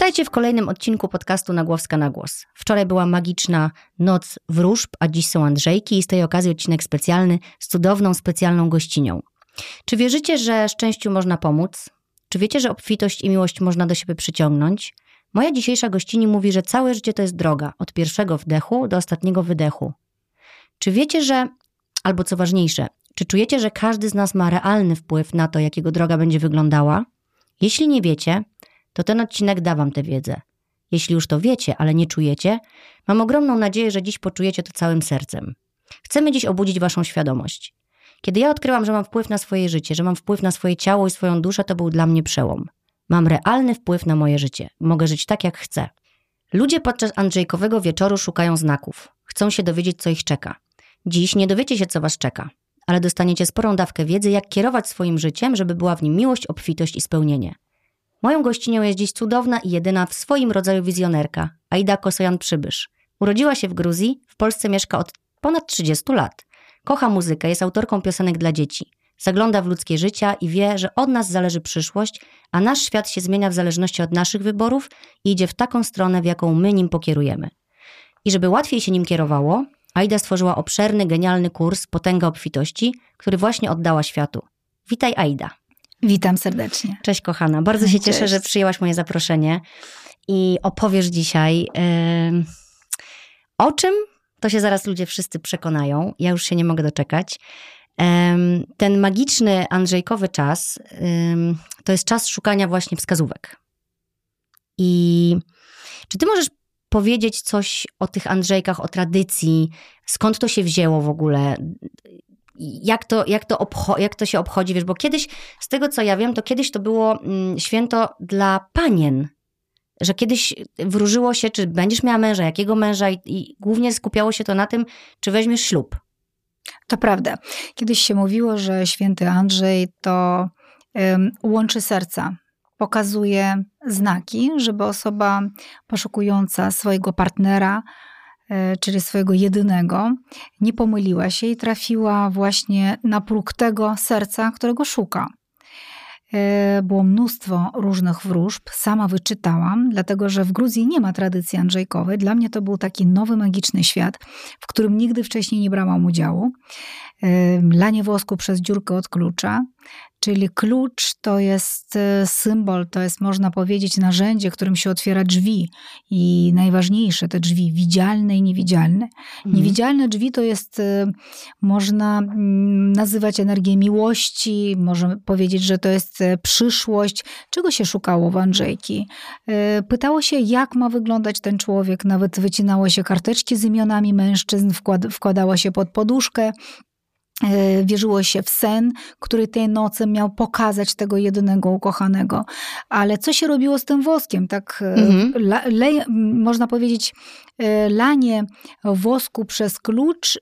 Witajcie w kolejnym odcinku podcastu Nagłowska na głos. Wczoraj była magiczna Noc Wróżb, a dziś są Andrzejki i z tej okazji odcinek specjalny z cudowną, specjalną gościnią. Czy wierzycie, że szczęściu można pomóc? Czy wiecie, że obfitość i miłość można do siebie przyciągnąć? Moja dzisiejsza gościni mówi, że całe życie to jest droga, od pierwszego wdechu do ostatniego wydechu. Czy wiecie, że, albo co ważniejsze, czy czujecie, że każdy z nas ma realny wpływ na to, jak jego droga będzie wyglądała? Jeśli nie wiecie, to ten odcinek da wam tę wiedzę. Jeśli już to wiecie, ale nie czujecie, mam ogromną nadzieję, że dziś poczujecie to całym sercem. Chcemy dziś obudzić waszą świadomość. Kiedy ja odkryłam, że mam wpływ na swoje życie, że mam wpływ na swoje ciało i swoją duszę, to był dla mnie przełom. Mam realny wpływ na moje życie. Mogę żyć tak, jak chcę. Ludzie podczas Andrzejkowego wieczoru szukają znaków. Chcą się dowiedzieć, co ich czeka. Dziś nie dowiecie się, co was czeka, ale dostaniecie sporą dawkę wiedzy, jak kierować swoim życiem, żeby była w nim miłość, obfitość i spełnienie. Moją gościnią jest dziś cudowna i jedyna w swoim rodzaju wizjonerka, Aida Kosojan-Przybysz. Urodziła się w Gruzji, w Polsce mieszka od ponad 30 lat. Kocha muzykę, jest autorką piosenek dla dzieci. Zagląda w ludzkie życia i wie, że od nas zależy przyszłość, a nasz świat się zmienia w zależności od naszych wyborów i idzie w taką stronę, w jaką my nim pokierujemy. I żeby łatwiej się nim kierowało, Aida stworzyła obszerny, genialny kurs Potęga Obfitości, który właśnie oddała światu. Witaj, Aida. Witam serdecznie. Cześć, kochana. Bardzo się cieszę, że przyjęłaś moje zaproszenie i opowiesz dzisiaj o czym, to się zaraz ludzie wszyscy przekonają. Ja już się nie mogę doczekać. Ten magiczny Andrzejkowy czas to jest czas szukania właśnie wskazówek. I czy ty możesz powiedzieć coś o tych Andrzejkach, o tradycji, skąd to się wzięło w ogóle? Jak to się obchodzi, wiesz, bo kiedyś, z tego co ja wiem, to kiedyś to było święto dla panien, że kiedyś wróżyło się, czy będziesz miała męża, jakiego męża i głównie skupiało się to na tym, czy weźmiesz ślub. To prawda. Kiedyś się mówiło, że święty Andrzej to łączy serca, pokazuje znaki, żeby osoba poszukująca swojego partnera, czyli swojego jedynego, nie pomyliła się i trafiła właśnie na próg tego serca, którego szuka. Było mnóstwo różnych wróżb, sama wyczytałam, dlatego że w Gruzji nie ma tradycji andrzejkowej. Dla mnie to był taki nowy, magiczny świat, w którym nigdy wcześniej nie brałam udziału. Lanie wosku przez dziurkę od klucza, czyli klucz to jest symbol, to jest, można powiedzieć, narzędzie, którym się otwiera drzwi i najważniejsze te drzwi, widzialne i niewidzialne. Niewidzialne drzwi to jest, można nazywać energię miłości, można powiedzieć, że to jest przyszłość. Czego się szukało w Andrzejki? Pytało się, jak ma wyglądać ten człowiek, nawet wycinało się karteczki z imionami mężczyzn, wkładało się pod poduszkę. Wierzyło się w sen, który tej nocy miał pokazać tego jedynego ukochanego. Ale co się robiło z tym woskiem? Tak, można powiedzieć, lanie wosku przez klucz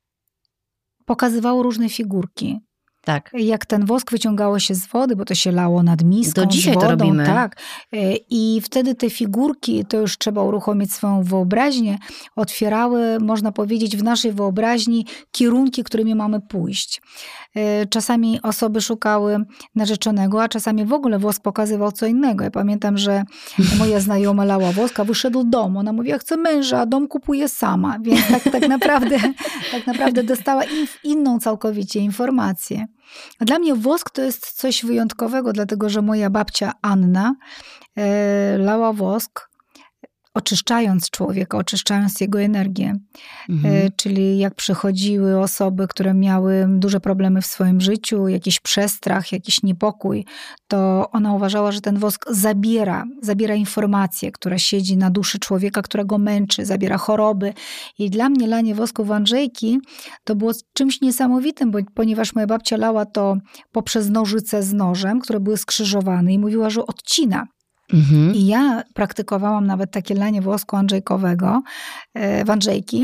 pokazywało różne figurki. Tak. Jak ten wosk wyciągało się z wody, bo to się lało nad miską, do dzisiaj z wodą. To robimy. Tak. I wtedy te figurki, to już trzeba uruchomić swoją wyobraźnię, otwierały, można powiedzieć, w naszej wyobraźni kierunki, którymi mamy pójść. Czasami osoby szukały narzeczonego, a czasami w ogóle wosk pokazywał co innego. Ja pamiętam, że moja znajoma lała woska, wyszedł dom. Ona mówi, ja chcę męża, a dom kupuję sama. Więc tak naprawdę dostała inną całkowicie informację. A dla mnie wosk to jest coś wyjątkowego, dlatego że moja babcia Anna lała wosk, oczyszczając człowieka, oczyszczając jego energię. Czyli jak przychodziły osoby, które miały duże problemy w swoim życiu, jakiś przestrach, jakiś niepokój, to ona uważała, że ten wosk zabiera informacje, która siedzi na duszy człowieka, którego męczy, zabiera choroby. I dla mnie lanie wosku w Andrzejki to było czymś niesamowitym, ponieważ moja babcia lała to poprzez nożyce z nożem, które były skrzyżowane i mówiła, że odcina. I ja praktykowałam nawet takie lanie wosku andrzejkowego w Andrzejki,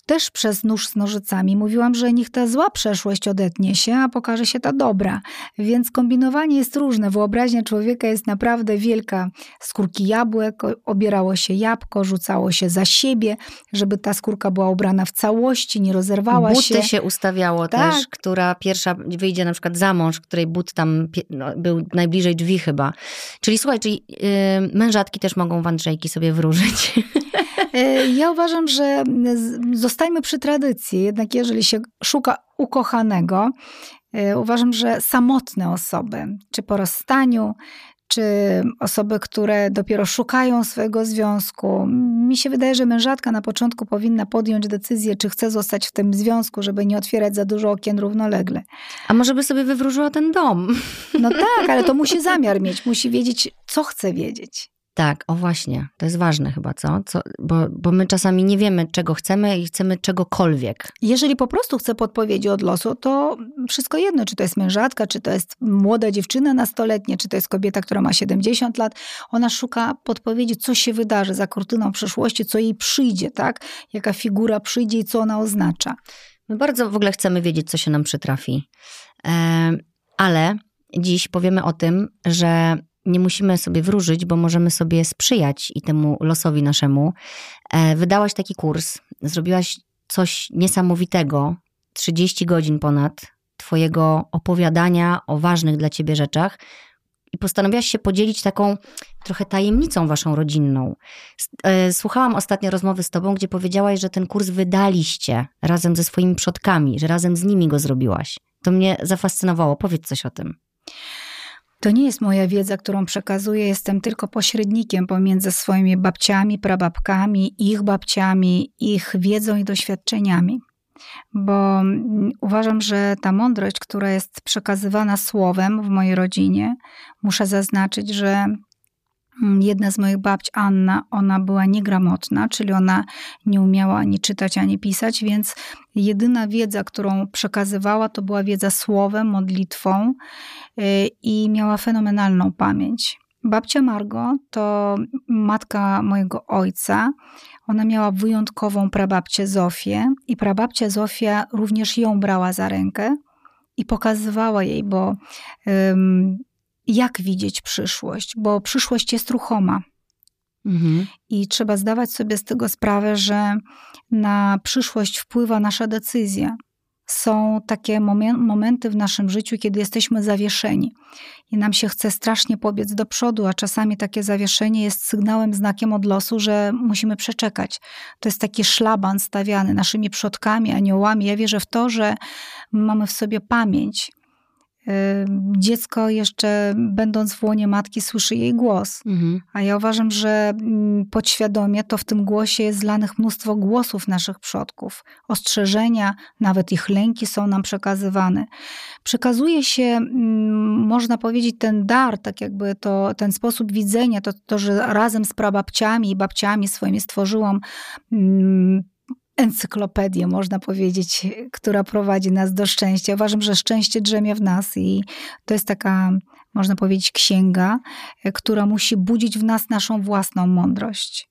też przez nóż z nożycami. Mówiłam, że niech ta zła przeszłość odetnie się, a pokaże się ta dobra. Więc kombinowanie jest różne. Wyobraźnia człowieka jest naprawdę wielka. Skórki jabłek, obierało się jabłko, rzucało się za siebie, żeby ta skórka była ubrana w całości, nie rozerwała się. Buty się ustawiało też, która pierwsza wyjdzie na przykład za mąż, której but tam był najbliżej drzwi chyba. Czyli słuchaj, mężatki też mogą w Andrzejki sobie wróżyć. Ja uważam, że zostańmy przy tradycji. Jednak jeżeli się szuka ukochanego, uważam, że samotne osoby, czy po rozstaniu, czy osoby, które dopiero szukają swojego związku. Mi się wydaje, że mężatka na początku powinna podjąć decyzję, czy chce zostać w tym związku, żeby nie otwierać za dużo okien równolegle. A może by sobie wywróżyła ten dom? No tak, ale to musi zamiar mieć, musi wiedzieć, co chce wiedzieć. Tak, o właśnie, to jest ważne chyba, co? Bo my czasami nie wiemy, czego chcemy i chcemy czegokolwiek. Jeżeli po prostu chce podpowiedzi od losu, to wszystko jedno, czy to jest mężatka, czy to jest młoda dziewczyna nastoletnia, czy to jest kobieta, która ma 70 lat. Ona szuka podpowiedzi, co się wydarzy za kurtyną przyszłości, co jej przyjdzie, tak? Jaka figura przyjdzie i co ona oznacza. My bardzo w ogóle chcemy wiedzieć, co się nam przytrafi. Ale dziś powiemy o tym, że nie musimy sobie wróżyć, bo możemy sobie sprzyjać i temu losowi naszemu. Wydałaś taki kurs, zrobiłaś coś niesamowitego, 30 godzin ponad twojego opowiadania o ważnych dla ciebie rzeczach i postanowiłaś się podzielić taką trochę tajemnicą waszą rodzinną. Słuchałam ostatnio rozmowy z tobą, gdzie powiedziałaś, że ten kurs wydaliście razem ze swoimi przodkami, że razem z nimi go zrobiłaś. To mnie zafascynowało. Powiedz coś o tym. To nie jest moja wiedza, którą przekazuję. Jestem tylko pośrednikiem pomiędzy swoimi babciami, prababkami, ich babciami, ich wiedzą i doświadczeniami. Bo uważam, że ta mądrość, która jest przekazywana słowem w mojej rodzinie, muszę zaznaczyć, że jedna z moich babci, Anna, ona była niegramotna, czyli ona nie umiała ani czytać, ani pisać, więc jedyna wiedza, którą przekazywała, to była wiedza słowem, modlitwą i miała fenomenalną pamięć. Babcia Margo to matka mojego ojca. Ona miała wyjątkową prababcię Zofię i prababcia Zofia również ją brała za rękę i pokazywała jej, bo jak widzieć przyszłość, bo przyszłość jest ruchoma. Mhm. I trzeba zdawać sobie z tego sprawę, że na przyszłość wpływa nasza decyzja. Są takie momenty w naszym życiu, kiedy jesteśmy zawieszeni i nam się chce strasznie pobiec do przodu, a czasami takie zawieszenie jest sygnałem, znakiem od losu, że musimy przeczekać. To jest taki szlaban stawiany naszymi przodkami, aniołami. Ja wierzę w to, że mamy w sobie pamięć. Dziecko jeszcze będąc w łonie matki słyszy jej głos. Mhm. A ja uważam, że podświadomie to w tym głosie jest zlanych mnóstwo głosów naszych przodków. Ostrzeżenia, nawet ich lęki są nam przekazywane. Przekazuje się, można powiedzieć, ten dar, tak jakby ten sposób widzenia, to, że razem z prababciami i babciami swoimi stworzyłam encyklopedię, można powiedzieć, która prowadzi nas do szczęścia. Uważam, że szczęście drzemie w nas i to jest taka, można powiedzieć, księga, która musi budzić w nas naszą własną mądrość.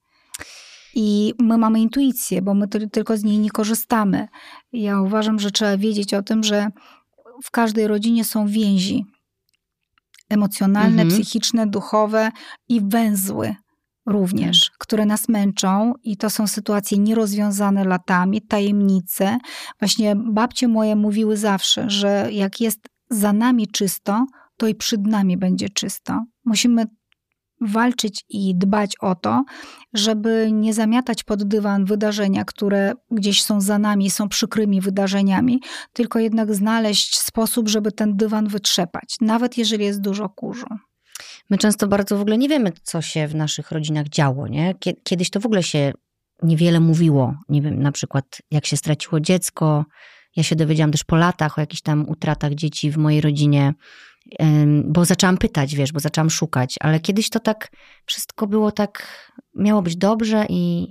I my mamy intuicję, bo my tylko z niej nie korzystamy. Ja uważam, że trzeba wiedzieć o tym, że w każdej rodzinie są więzi emocjonalne, psychiczne, duchowe i węzły również, które nas męczą i to są sytuacje nierozwiązane latami, tajemnice. Właśnie babcie moje mówiły zawsze, że jak jest za nami czysto, to i przed nami będzie czysto. Musimy walczyć i dbać o to, żeby nie zamiatać pod dywan wydarzenia, które gdzieś są za nami, są przykrymi wydarzeniami, tylko jednak znaleźć sposób, żeby ten dywan wytrzepać, nawet jeżeli jest dużo kurzu. My często bardzo w ogóle nie wiemy, co się w naszych rodzinach działo, nie? Kiedyś to w ogóle się niewiele mówiło. Nie wiem, na przykład jak się straciło dziecko. Ja się dowiedziałam też po latach o jakichś tam utratach dzieci w mojej rodzinie, bo zaczęłam pytać, bo zaczęłam szukać. Ale kiedyś to tak, wszystko było tak, miało być dobrze i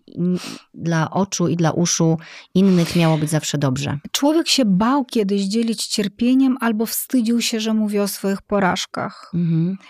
dla oczu i dla uszu innych miało być zawsze dobrze. Człowiek się bał kiedyś dzielić cierpieniem albo wstydził się, że mówi o swoich porażkach.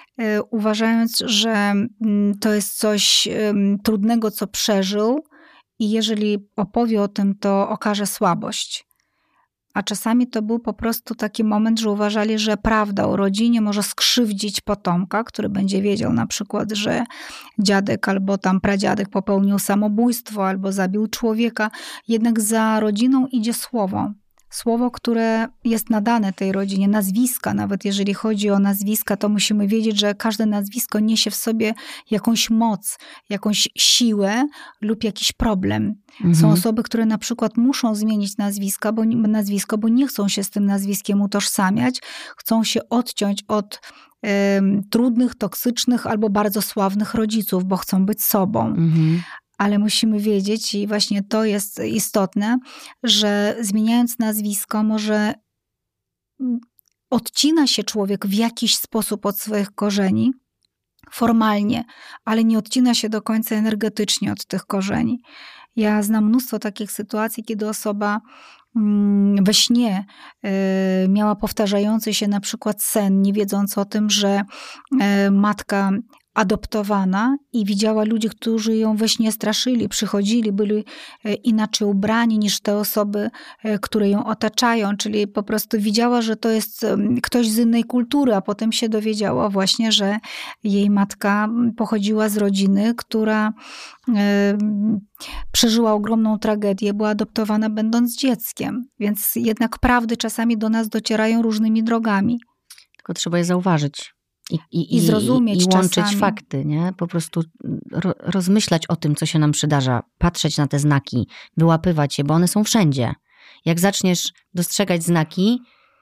Uważając, że to jest coś trudnego, co przeżył i jeżeli opowie o tym, to okaże słabość. A czasami to był po prostu taki moment, że uważali, że prawda o rodzinie może skrzywdzić potomka, który będzie wiedział na przykład, że dziadek albo tam pradziadek popełnił samobójstwo albo zabił człowieka. Jednak za rodziną idzie słowo. Słowo, które jest nadane tej rodzinie, nazwiska. Nawet jeżeli chodzi o nazwiska, to musimy wiedzieć, że każde nazwisko niesie w sobie jakąś moc, jakąś siłę lub jakiś problem. Są osoby, które na przykład muszą zmienić nazwisko, bo nie chcą się z tym nazwiskiem utożsamiać, chcą się odciąć od trudnych, toksycznych albo bardzo sławnych rodziców, bo chcą być sobą. Ale musimy wiedzieć, i właśnie to jest istotne, że zmieniając nazwisko może odcina się człowiek w jakiś sposób od swoich korzeni, formalnie, ale nie odcina się do końca energetycznie od tych korzeni. Ja znam mnóstwo takich sytuacji, kiedy osoba we śnie miała powtarzający się na przykład sen, nie wiedząc o tym, że matka adoptowana i widziała ludzi, którzy ją we śnie straszyli, przychodzili, byli inaczej ubrani niż te osoby, które ją otaczają, czyli po prostu widziała, że to jest ktoś z innej kultury, a potem się dowiedziała właśnie, że jej matka pochodziła z rodziny, która przeżyła ogromną tragedię, była adoptowana będąc dzieckiem, więc jednak prawdy czasami do nas docierają różnymi drogami. Tylko trzeba je zauważyć. I zrozumieć i łączyć czasami. fakty, nie? Po prostu rozmyślać o tym, co się nam przydarza, patrzeć na te znaki, wyłapywać je, bo one są wszędzie. Jak zaczniesz dostrzegać znaki,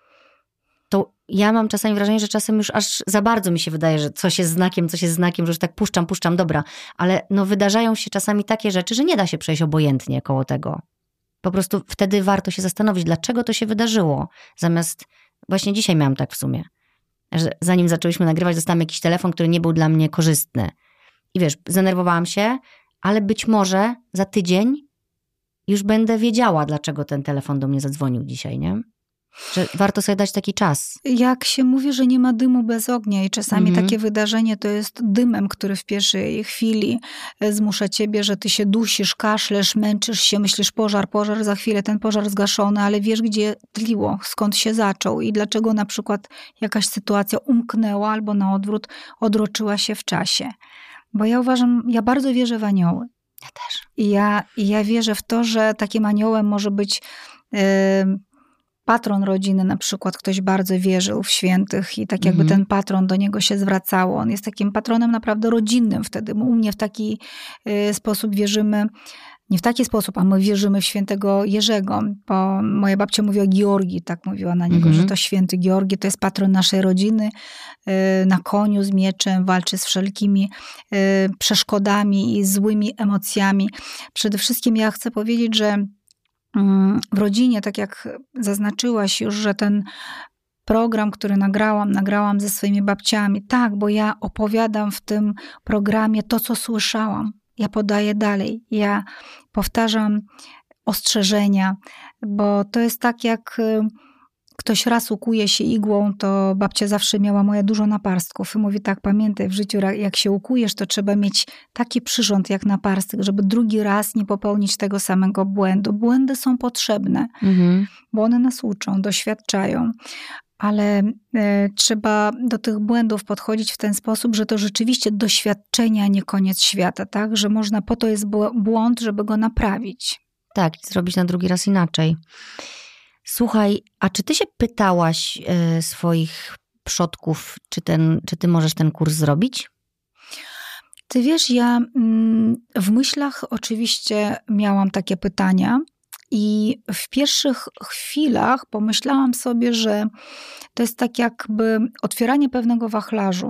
to ja mam czasami wrażenie, że czasem już aż za bardzo mi się wydaje, że coś jest znakiem, że już tak puszczam, dobra. Ale no wydarzają się czasami takie rzeczy, że nie da się przejść obojętnie koło tego. Po prostu wtedy warto się zastanowić, dlaczego to się wydarzyło. Zamiast, właśnie dzisiaj miałam tak w sumie, że zanim zaczęłyśmy nagrywać, dostałam jakiś telefon, który nie był dla mnie korzystny. I wiesz, zdenerwowałam się, ale być może za tydzień już będę wiedziała, dlaczego ten telefon do mnie zadzwonił dzisiaj, nie? Że warto sobie dać taki czas. Jak się mówi, że nie ma dymu bez ognia i czasami takie wydarzenie to jest dymem, który w pierwszej chwili zmusza ciebie, że ty się dusisz, kaszlesz, męczysz się, myślisz pożar, za chwilę ten pożar zgaszony, ale wiesz, gdzie tliło, skąd się zaczął i dlaczego na przykład jakaś sytuacja umknęła albo na odwrót odroczyła się w czasie. Bo ja uważam, ja bardzo wierzę w anioły. Ja też. I ja wierzę w to, że takim aniołem może być patron rodziny, na przykład ktoś bardzo wierzył w świętych i tak jakby ten patron do niego się zwracało. On jest takim patronem naprawdę rodzinnym wtedy. U mnie w taki sposób wierzymy, nie w taki sposób, a my wierzymy w świętego Jerzego, bo moja babcia mówiła Georgi, tak mówiła na niego, że to święty Georgi, to jest patron naszej rodziny, na koniu z mieczem, walczy z wszelkimi przeszkodami i złymi emocjami. Przede wszystkim ja chcę powiedzieć, że w rodzinie, tak jak zaznaczyłaś już, że ten program, który nagrałam ze swoimi babciami. Tak, bo ja opowiadam w tym programie to, co słyszałam. Ja podaję dalej. Ja powtarzam ostrzeżenia, bo to jest tak, jak ktoś raz ukuje się igłą, to babcia zawsze miała moja dużo naparstków i mówi tak, pamiętaj w życiu, jak się ukujesz, to trzeba mieć taki przyrząd jak naparstek, żeby drugi raz nie popełnić tego samego błędu. Błędy są potrzebne, bo one nas uczą, doświadczają, ale trzeba do tych błędów podchodzić w ten sposób, że to rzeczywiście doświadczenie, a nie koniec świata, tak? Że można, po to jest błąd, żeby go naprawić. Tak, i zrobić na drugi raz inaczej. Słuchaj, a czy ty się pytałaś swoich przodków, czy ty możesz ten kurs zrobić? Ty wiesz, ja w myślach oczywiście miałam takie pytania i w pierwszych chwilach pomyślałam sobie, że to jest tak jakby otwieranie pewnego wachlarzu.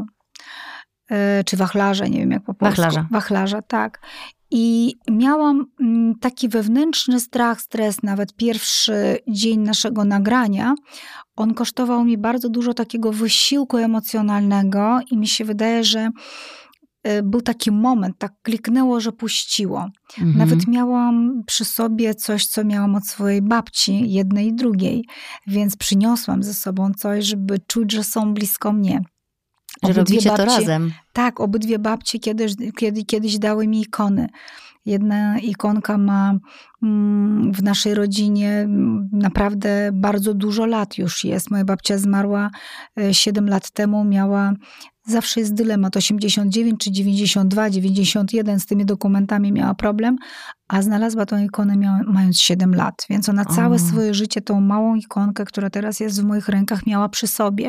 Czy wachlarza, nie wiem jak po polsku. Wachlarza, tak. I miałam taki wewnętrzny strach, stres, nawet pierwszy dzień naszego nagrania. On kosztował mi bardzo dużo takiego wysiłku emocjonalnego i mi się wydaje, że był taki moment, tak kliknęło, że puściło. Nawet miałam przy sobie coś, co miałam od swojej babci, jednej i drugiej, więc przyniosłam ze sobą coś, żeby czuć, że są blisko mnie. Że robicie to razem. Tak, obydwie babcie kiedyś dały mi ikony. Jedna ikonka ma w naszej rodzinie naprawdę bardzo dużo lat już jest. Moja babcia zmarła 7 lat temu, zawsze jest dylemat 89 czy 92, 91, z tymi dokumentami miała problem, a znalazła tą ikonę mając 7 lat. Więc ona całe swoje życie tą małą ikonkę, która teraz jest w moich rękach, miała przy sobie.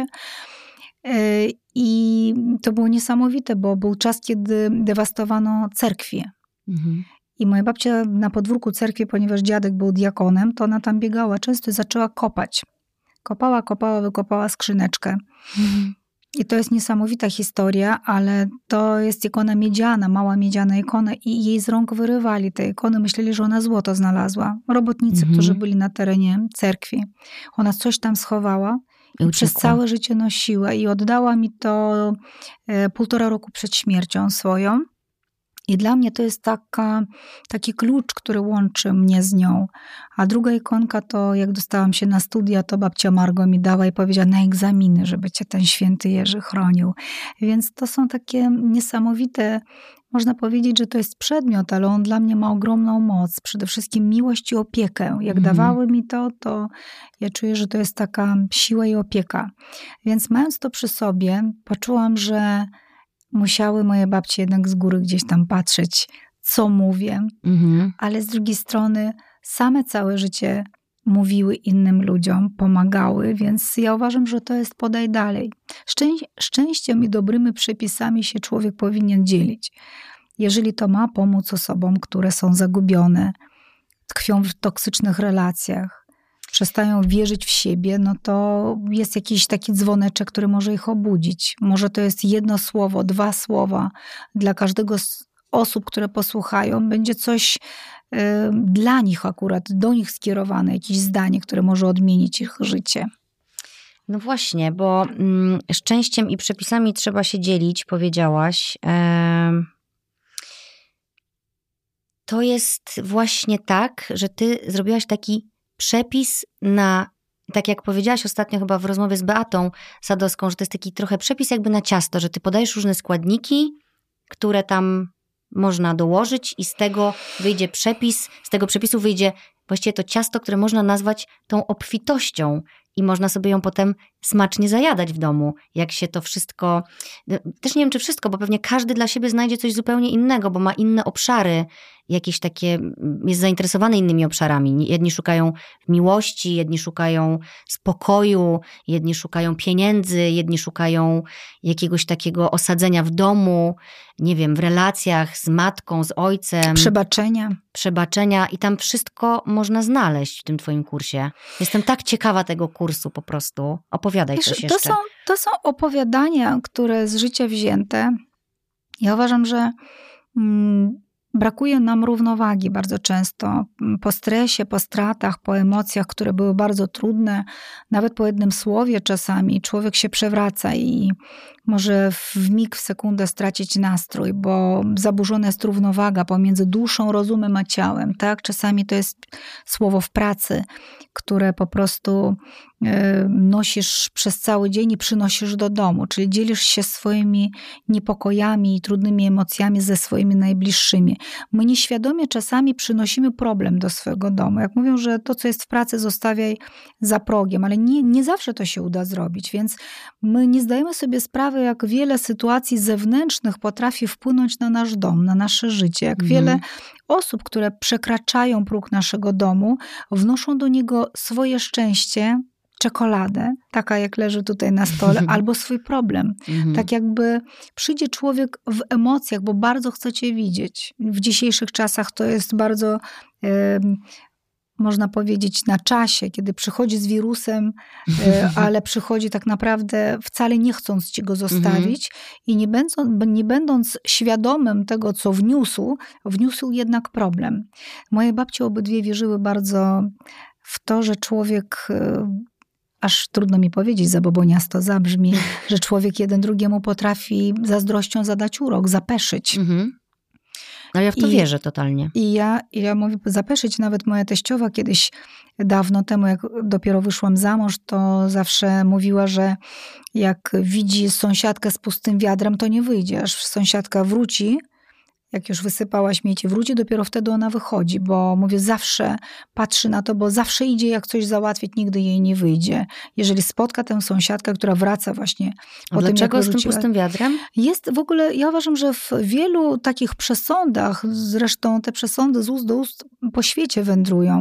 I to było niesamowite, bo był czas, kiedy dewastowano cerkwie. I moja babcia na podwórku cerkwi, ponieważ dziadek był diakonem, to ona tam biegała często i zaczęła kopać. Kopała, wykopała skrzyneczkę. I to jest niesamowita historia, ale to jest ikona miedziana, mała miedziana ikona i jej z rąk wyrywali te ikony. Myśleli, że ona złoto znalazła. Robotnicy, którzy byli na terenie cerkwi. Ona coś tam schowała i przez całe życie nosiła i oddała mi to 1,5 roku przed śmiercią swoją. I dla mnie to jest taki klucz, który łączy mnie z nią. A druga ikonka to, jak dostałam się na studia, to babcia Margo mi dała i powiedziała na egzaminy, żeby cię ten święty Jerzy chronił. Więc to są takie niesamowite, można powiedzieć, że to jest przedmiot, ale on dla mnie ma ogromną moc. Przede wszystkim miłość i opiekę. Jak dawały mi to ja czuję, że to jest taka siła i opieka. Więc mając to przy sobie, poczułam, że musiały moje babcie jednak z góry gdzieś tam patrzeć, co mówię, ale z drugiej strony same całe życie mówiły innym ludziom, pomagały, więc ja uważam, że to jest podaj dalej. Szczęściem i dobrymi przepisami się człowiek powinien dzielić. Jeżeli to ma pomóc osobom, które są zagubione, tkwią w toksycznych relacjach, przestają wierzyć w siebie, no to jest jakiś taki dzwoneczek, który może ich obudzić. Może to jest 1 słowo, 2 słowa. Dla każdego z osób, które posłuchają, będzie coś dla nich akurat, do nich skierowane, jakieś zdanie, które może odmienić ich życie. No właśnie, bo szczęściem i przepisami trzeba się dzielić, powiedziałaś. To jest właśnie tak, że ty zrobiłaś taki przepis na, tak jak powiedziałaś ostatnio chyba w rozmowie z Beatą Sadowską, że to jest taki trochę przepis jakby na ciasto, że ty podajesz różne składniki, które tam można dołożyć i z tego wyjdzie przepis, z tego przepisu wyjdzie właściwie to ciasto, które można nazwać tą obfitością i można sobie ją potem smacznie zajadać w domu, jak się to wszystko, też nie wiem czy wszystko, bo pewnie każdy dla siebie znajdzie coś zupełnie innego, bo ma inne obszary, jakieś takie, jest zainteresowany innymi obszarami. Jedni szukają miłości, jedni szukają spokoju, jedni szukają pieniędzy, jedni szukają jakiegoś takiego osadzenia w domu, nie wiem, w relacjach z matką, z ojcem. Przebaczenia i tam wszystko można znaleźć w tym twoim kursie. Jestem tak ciekawa tego kursu po prostu. Opowiadaj coś jeszcze. To są opowiadania, które z życia wzięte. Ja uważam, że brakuje nam równowagi bardzo często. Po stresie, po stratach, po emocjach, które były bardzo trudne, nawet po jednym słowie czasami człowiek się przewraca i może w mig, w sekundę stracić nastrój, bo zaburzona jest równowaga pomiędzy duszą, rozumem a ciałem. Tak? Czasami to jest słowo w pracy, które po prostu nosisz przez cały dzień i przynosisz do domu, czyli dzielisz się swoimi niepokojami i trudnymi emocjami ze swoimi najbliższymi. My nieświadomie czasami przynosimy problem do swojego domu. Jak mówią, że to, co jest w pracy, zostawiaj za progiem, ale nie zawsze to się uda zrobić, więc my nie zdajemy sobie sprawy, jak wiele sytuacji zewnętrznych potrafi wpłynąć na nasz dom, na nasze życie, jak wiele osób, które przekraczają próg naszego domu, wnoszą do niego swoje szczęście, czekoladę, taka jak leży tutaj na stole, albo swój problem. Tak jakby przyjdzie człowiek w emocjach, bo bardzo chce cię widzieć. W dzisiejszych czasach to jest bardzo, można powiedzieć, na czasie, kiedy przychodzi z wirusem, ale przychodzi tak naprawdę wcale nie chcąc ci go zostawić i nie będąc świadomym tego, co wniósł jednak problem. Moje babcie obydwie wierzyły bardzo w to, że człowiek, aż trudno mi powiedzieć, zaboboniasto zabrzmi, że człowiek jeden drugiemu potrafi zazdrością zadać urok, zapeszyć. Ale ja w to wierzę totalnie. I ja mówię zapeszyć, nawet moja teściowa kiedyś, dawno temu, jak dopiero wyszłam za mąż, to zawsze mówiła, że jak widzi sąsiadkę z pustym wiadrem, to nie wyjdzie, aż sąsiadka wróci Jak już wysypała śmieci, wróci, dopiero wtedy ona wychodzi, bo mówię, zawsze patrzy na to, bo zawsze idzie jak coś załatwić, nigdy jej nie wyjdzie. Jeżeli spotka tę sąsiadkę, która wraca właśnie po tym, jak dlaczego z tym wyrzuciła. pustym wiadrem? Jest w ogóle, ja uważam, że w wielu takich przesądach, zresztą te przesądy z ust do ust po świecie wędrują,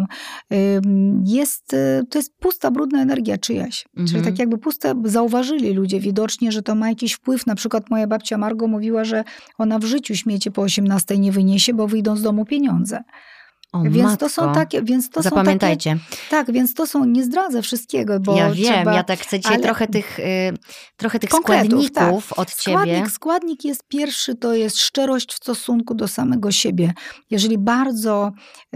to jest pusta, brudna energia czyjaś. Czyli tak jakby puste, zauważyli ludzie widocznie, że to ma jakiś wpływ. Na przykład moja babcia Margo mówiła, że ona w życiu śmieci po 18 nie wyniesie, bo wyjdą z domu pieniądze. Więc matko. To są takie, zapamiętajcie. Tak, więc to są, nie zdradzę wszystkiego, bo ja wiem, ja tak chcę dzisiaj trochę tych składników od ciebie. Składnik jest pierwszy, to jest szczerość w stosunku do samego siebie. Jeżeli bardzo,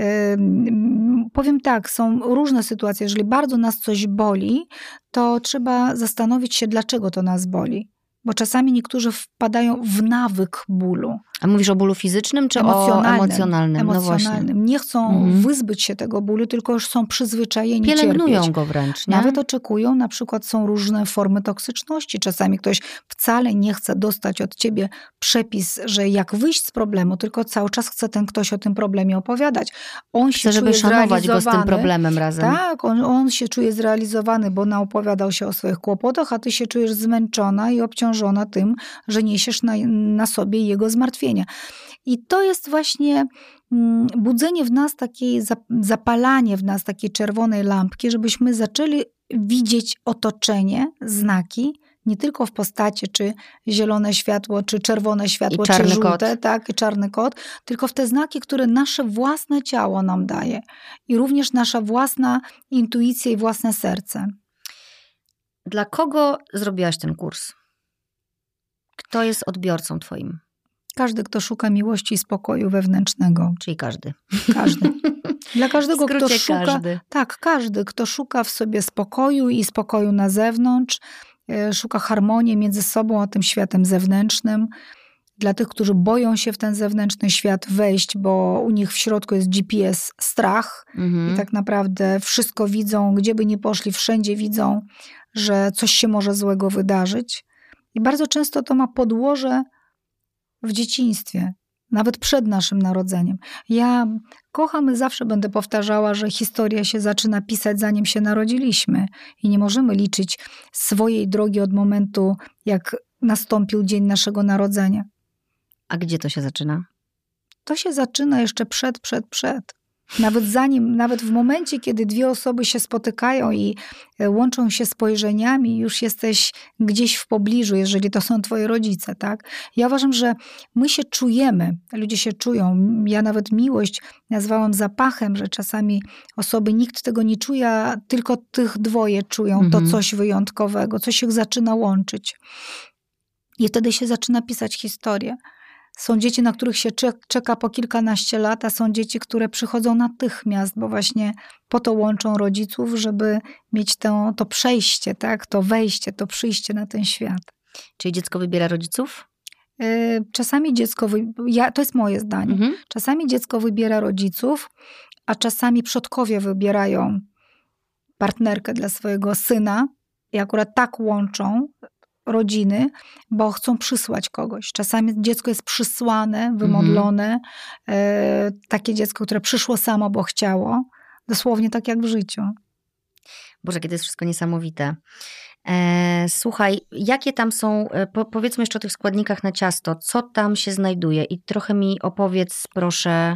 powiem tak, są różne sytuacje, jeżeli bardzo nas coś boli, to trzeba zastanowić się, dlaczego to nas boli. Bo czasami niektórzy wpadają w nawyk bólu. A mówisz o bólu fizycznym czy o emocjonalnym? Emocjonalnym. Nie chcą wyzbyć się tego bólu, tylko już są przyzwyczajeni pielęgnują cierpieć. go wręcz, nie? Nawet oczekują, na przykład są różne formy toksyczności. Czasami ktoś wcale nie chce dostać od ciebie przepis, że jak wyjść z problemu, tylko cały czas chce ten ktoś o tym problemie opowiadać. On chce, żeby szanować go z tym problemem razem. Tak, on się czuje zrealizowany, bo naopowiadał się o swoich kłopotach, a ty się czujesz zmęczona i obciążona tym, że niesiesz na sobie jego zmartwienia. I to jest właśnie budzenie w nas takiej, zapalanie w nas takiej czerwonej lampki, żebyśmy zaczęli widzieć otoczenie, znaki, nie tylko w postaci czy zielone światło, czy czerwone światło, czy żółte, tak, i czarny kot, tylko w te znaki, które nasze własne ciało nam daje i również nasza własna intuicja i własne serce. Dla kogo zrobiłaś ten kurs? Kto jest odbiorcą twoim? Każdy, kto szuka miłości i spokoju wewnętrznego. Czyli każdy. Każdy. Dla każdego, kto szuka. Każdy. Tak, każdy, kto szuka w sobie spokoju i spokoju na zewnątrz, szuka harmonii między sobą a tym światem zewnętrznym. Dla tych, którzy boją się w ten zewnętrzny świat wejść, bo u nich w środku jest GPS strach i tak naprawdę wszystko widzą, gdzie by nie poszli, wszędzie widzą, że coś się może złego wydarzyć. I bardzo często to ma podłoże w dzieciństwie, nawet przed naszym narodzeniem. Ja kocham i zawsze będę powtarzała, że historia się zaczyna pisać, zanim się narodziliśmy i nie możemy liczyć swojej drogi od momentu, jak nastąpił dzień naszego narodzenia. A gdzie to się zaczyna? To się zaczyna jeszcze przed. Nawet w momencie, kiedy dwie osoby się spotykają i łączą się spojrzeniami, już jesteś gdzieś w pobliżu, jeżeli to są twoje rodzice, tak? Ja uważam, że my się czujemy, ludzie się czują. Ja nawet miłość nazwałam zapachem, że czasami osoby, nikt tego nie czuje, a tylko tych dwoje czują to coś wyjątkowego, coś ich zaczyna łączyć. I wtedy się zaczyna pisać historię. Są dzieci, na których się czeka po kilkanaście lat, a są dzieci, które przychodzą natychmiast, bo właśnie po to łączą rodziców, żeby mieć to przejście, tak? To wejście, to przyjście na ten świat. Czyli dziecko wybiera rodziców? Czasami dziecko, to jest moje zdanie, czasami dziecko wybiera rodziców, a czasami przodkowie wybierają partnerkę dla swojego syna i akurat tak łączą rodziny, bo chcą przysłać kogoś. Czasami dziecko jest przysłane, wymodlone. Takie dziecko, które przyszło samo, bo chciało. Dosłownie tak jak w życiu. Boże, kiedy jest wszystko niesamowite. Słuchaj, jakie tam są, powiedzmy jeszcze o tych składnikach na ciasto, co tam się znajduje i trochę mi opowiedz, proszę,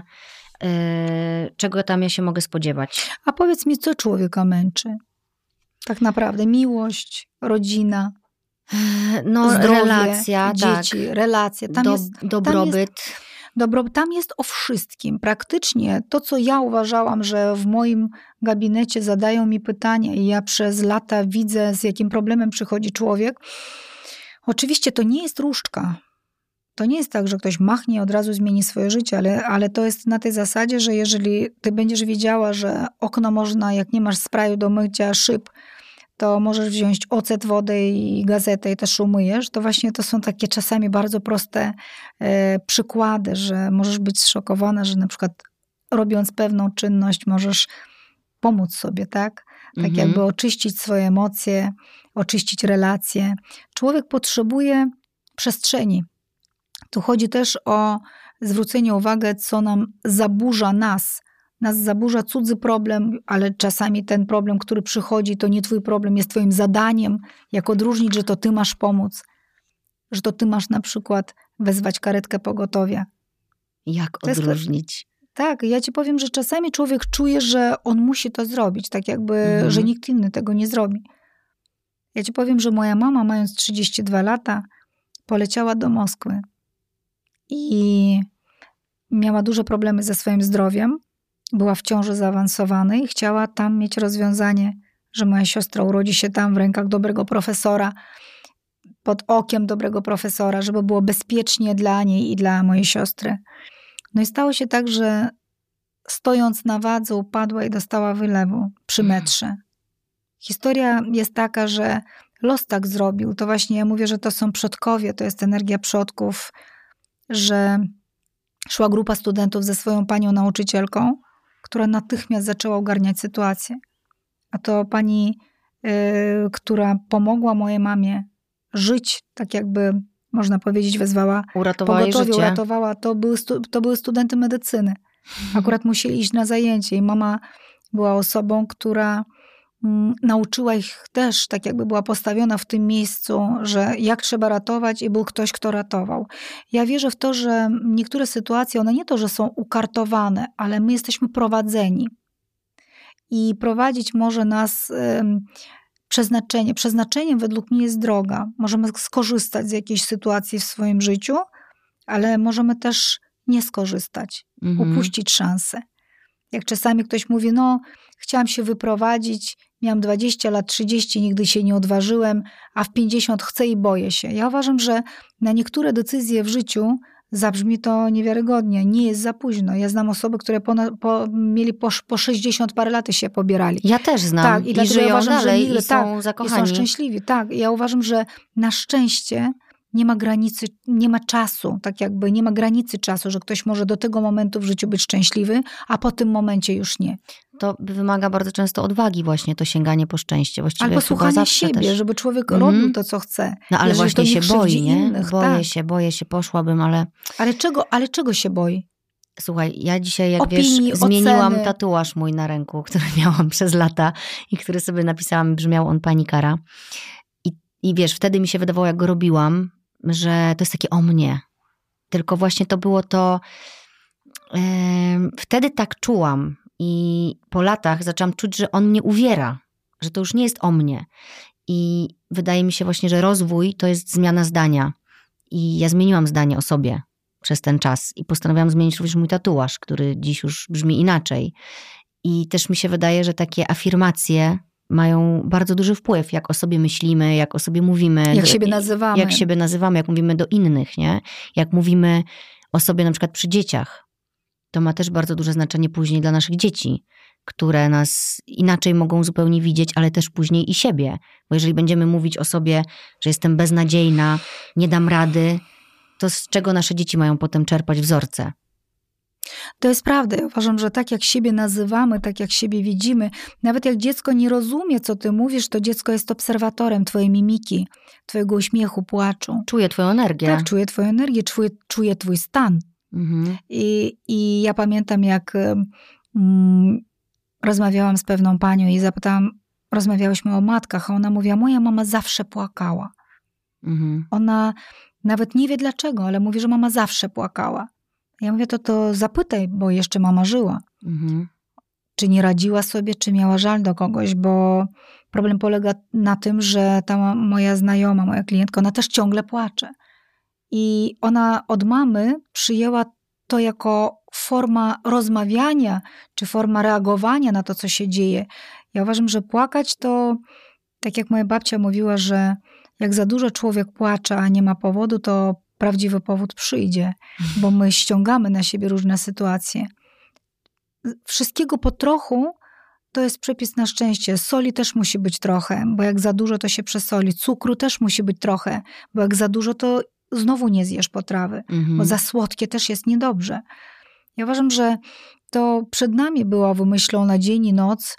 czego tam ja się mogę spodziewać. A powiedz mi, co człowieka męczy? Tak naprawdę miłość, rodzina, zdrowie, relacja, dzieci, tak. relacje. Dobrobyt. Tam jest o wszystkim. Praktycznie to, co ja uważałam, że w moim gabinecie zadają mi pytania i ja przez lata widzę, z jakim problemem przychodzi człowiek. Oczywiście to nie jest różdżka. To nie jest tak, że ktoś machnie i od razu zmieni swoje życie, ale to jest na tej zasadzie, że jeżeli ty będziesz wiedziała, że okno można, jak nie masz sprayu do mycia szyb, to możesz wziąć ocet, wodę i gazetę i też umyjesz, to właśnie to są takie czasami bardzo proste przykłady, że możesz być zszokowana, że na przykład robiąc pewną czynność możesz pomóc sobie, tak? Tak jakby oczyścić swoje emocje, oczyścić relacje. Człowiek potrzebuje przestrzeni. Tu chodzi też o zwrócenie uwagi, co nam zaburza nas. Nas zaburza cudzy problem, ale czasami ten problem, który przychodzi, to nie twój problem, jest twoim zadaniem, jak odróżnić, że to ty masz pomóc, że to ty masz na przykład wezwać karetkę pogotowia. Jak odróżnić? Tak, ja ci powiem, że czasami człowiek czuje, że on musi to zrobić, tak jakby, że nikt inny tego nie zrobi. Ja ci powiem, że moja mama, mając 32 lata, poleciała do Moskwy i miała duże problemy ze swoim zdrowiem. Była w ciąży zaawansowanej i chciała tam mieć rozwiązanie, że moja siostra urodzi się tam w rękach dobrego profesora, pod okiem dobrego profesora, żeby było bezpiecznie dla niej i dla mojej siostry. No i stało się tak, że stojąc na wadze upadła i dostała wylewu przy metrze. Historia jest taka, że los tak zrobił. To właśnie ja mówię, że to są przodkowie, to jest energia przodków, że szła grupa studentów ze swoją panią nauczycielką, która natychmiast zaczęła ogarniać sytuację. A to pani, która pomogła mojej mamie żyć, tak jakby można powiedzieć, wezwała pogotowie, uratowała. To były studenty medycyny. Akurat musieli iść na zajęcie i mama była osobą, która nauczyła ich też, tak jakby była postawiona w tym miejscu, że jak trzeba ratować i był ktoś, kto ratował. Ja wierzę w to, że niektóre sytuacje, one nie to, że są ukartowane, ale my jesteśmy prowadzeni. I prowadzić może nas przeznaczenie. Przeznaczeniem według mnie jest droga. Możemy skorzystać z jakiejś sytuacji w swoim życiu, ale możemy też nie skorzystać, upuścić szansę. Jak czasami ktoś mówi, no chciałam się wyprowadzić, miałam 20 lat, 30, nigdy się nie odważyłem, a w 50 chcę i boję się. Ja uważam, że na niektóre decyzje w życiu zabrzmi to niewiarygodnie, nie jest za późno. Ja znam osoby, które mieli po 60 parę lat się pobierali. Ja też znam. Tak, i żyją uważam, dalej że i są zakochani. I są szczęśliwi. Tak, ja uważam, że na szczęście nie ma granicy, nie ma czasu, tak jakby nie ma granicy czasu, że ktoś może do tego momentu w życiu być szczęśliwy, a po tym momencie już nie. To wymaga bardzo często odwagi właśnie, to sięganie po szczęście. Właściwie albo słuchanie siebie, też. Żeby człowiek robił to, co chce. No ale właśnie się boi, nie? Innych, boję się, poszłabym, ale... Ale czego się boi? Słuchaj, ja dzisiaj, jak opinii, wiesz, zmieniłam tatuaż mój na ręku, który miałam przez lata i który sobie napisałam, brzmiał on Pani Kara. I wiesz, wtedy mi się wydawało, jak go robiłam, że to jest takie o mnie. Tylko właśnie to było to... wtedy tak czułam i po latach zaczęłam czuć, że on mnie uwiera, że to już nie jest o mnie. I wydaje mi się właśnie, że rozwój to jest zmiana zdania. I ja zmieniłam zdanie o sobie przez ten czas i postanowiłam zmienić również mój tatuaż, który dziś już brzmi inaczej. I też mi się wydaje, że takie afirmacje mają bardzo duży wpływ, jak o sobie myślimy, jak o sobie mówimy. Jak siebie nazywamy. Jak siebie nazywamy, jak mówimy do innych, nie? Jak mówimy o sobie na przykład przy dzieciach. To ma też bardzo duże znaczenie później dla naszych dzieci, które nas inaczej mogą zupełnie widzieć, ale też później i siebie. Bo jeżeli będziemy mówić o sobie, że jestem beznadziejna, nie dam rady, to z czego nasze dzieci mają potem czerpać wzorce? To jest prawda. Ja uważam, że tak jak siebie nazywamy, tak jak siebie widzimy, nawet jak dziecko nie rozumie, co ty mówisz, to dziecko jest obserwatorem twojej mimiki, twojego uśmiechu, płaczu. Czuje twoją energię. Tak, czuje twoją energię, czuje twój stan. I ja pamiętam, jak rozmawiałam z pewną panią i zapytałam, rozmawiałyśmy o matkach, a ona mówiła, moja mama zawsze płakała. Ona nawet nie wie dlaczego, ale mówi, że mama zawsze płakała. Ja mówię, to zapytaj, bo jeszcze mama żyła. Czy nie radziła sobie, czy miała żal do kogoś, bo problem polega na tym, że ta moja znajoma, moja klientka, ona też ciągle płacze. I ona od mamy przyjęła to jako forma rozmawiania, czy forma reagowania na to, co się dzieje. Ja uważam, że płakać to, tak jak moja babcia mówiła, że jak za dużo człowiek płacze, a nie ma powodu, to prawdziwy powód przyjdzie, bo my ściągamy na siebie różne sytuacje. Wszystkiego po trochu to jest przepis na szczęście. Soli też musi być trochę, bo jak za dużo, to się przesoli. Cukru też musi być trochę, bo jak za dużo, to znowu nie zjesz potrawy, bo za słodkie też jest niedobrze. Ja uważam, że to przed nami było wymyślone dzień i noc.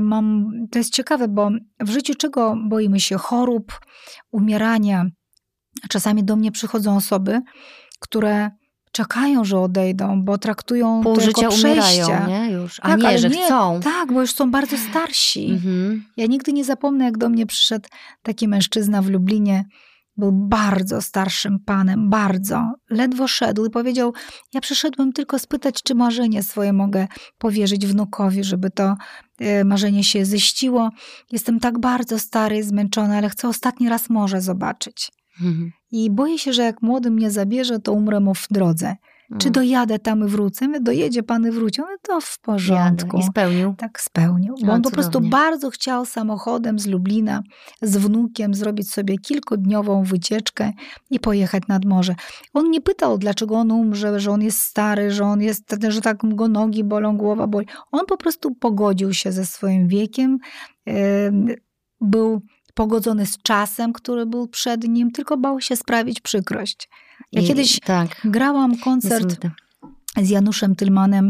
To jest ciekawe, bo w życiu czego boimy się? Chorób, umierania. Czasami do mnie przychodzą osoby, które czekają, że odejdą, bo traktują Pół to życia jako przejście. umierają, nie? Już. A Tak, nie, ale że nie, chcą. Tak, bo już są bardzo starsi. Ja nigdy nie zapomnę, jak do mnie przyszedł taki mężczyzna w Lublinie. Był bardzo starszym panem, bardzo. Ledwo szedł i powiedział, ja przyszedłem tylko spytać, czy marzenie swoje mogę powierzyć wnukowi, żeby to marzenie się ziściło. Jestem tak bardzo stary i zmęczony, ale chcę ostatni raz morze zobaczyć. I boję się, że jak młody mnie zabierze, to umrę mu w drodze. Czy dojadę tam i wrócę? Dojedzie pan i wróci. To w porządku. I spełnił? Tak, spełnił. Bo on po prostu bardzo chciał samochodem z Lublina, z wnukiem zrobić sobie kilkudniową wycieczkę i pojechać nad morze. On nie pytał, dlaczego on umrze, że on jest stary, że tak go nogi bolą, głowa boli. On po prostu pogodził się ze swoim wiekiem, był pogodzony z czasem, który był przed nim, tylko bał się sprawić przykrość. Ja kiedyś grałam koncert z Januszem Tylmanem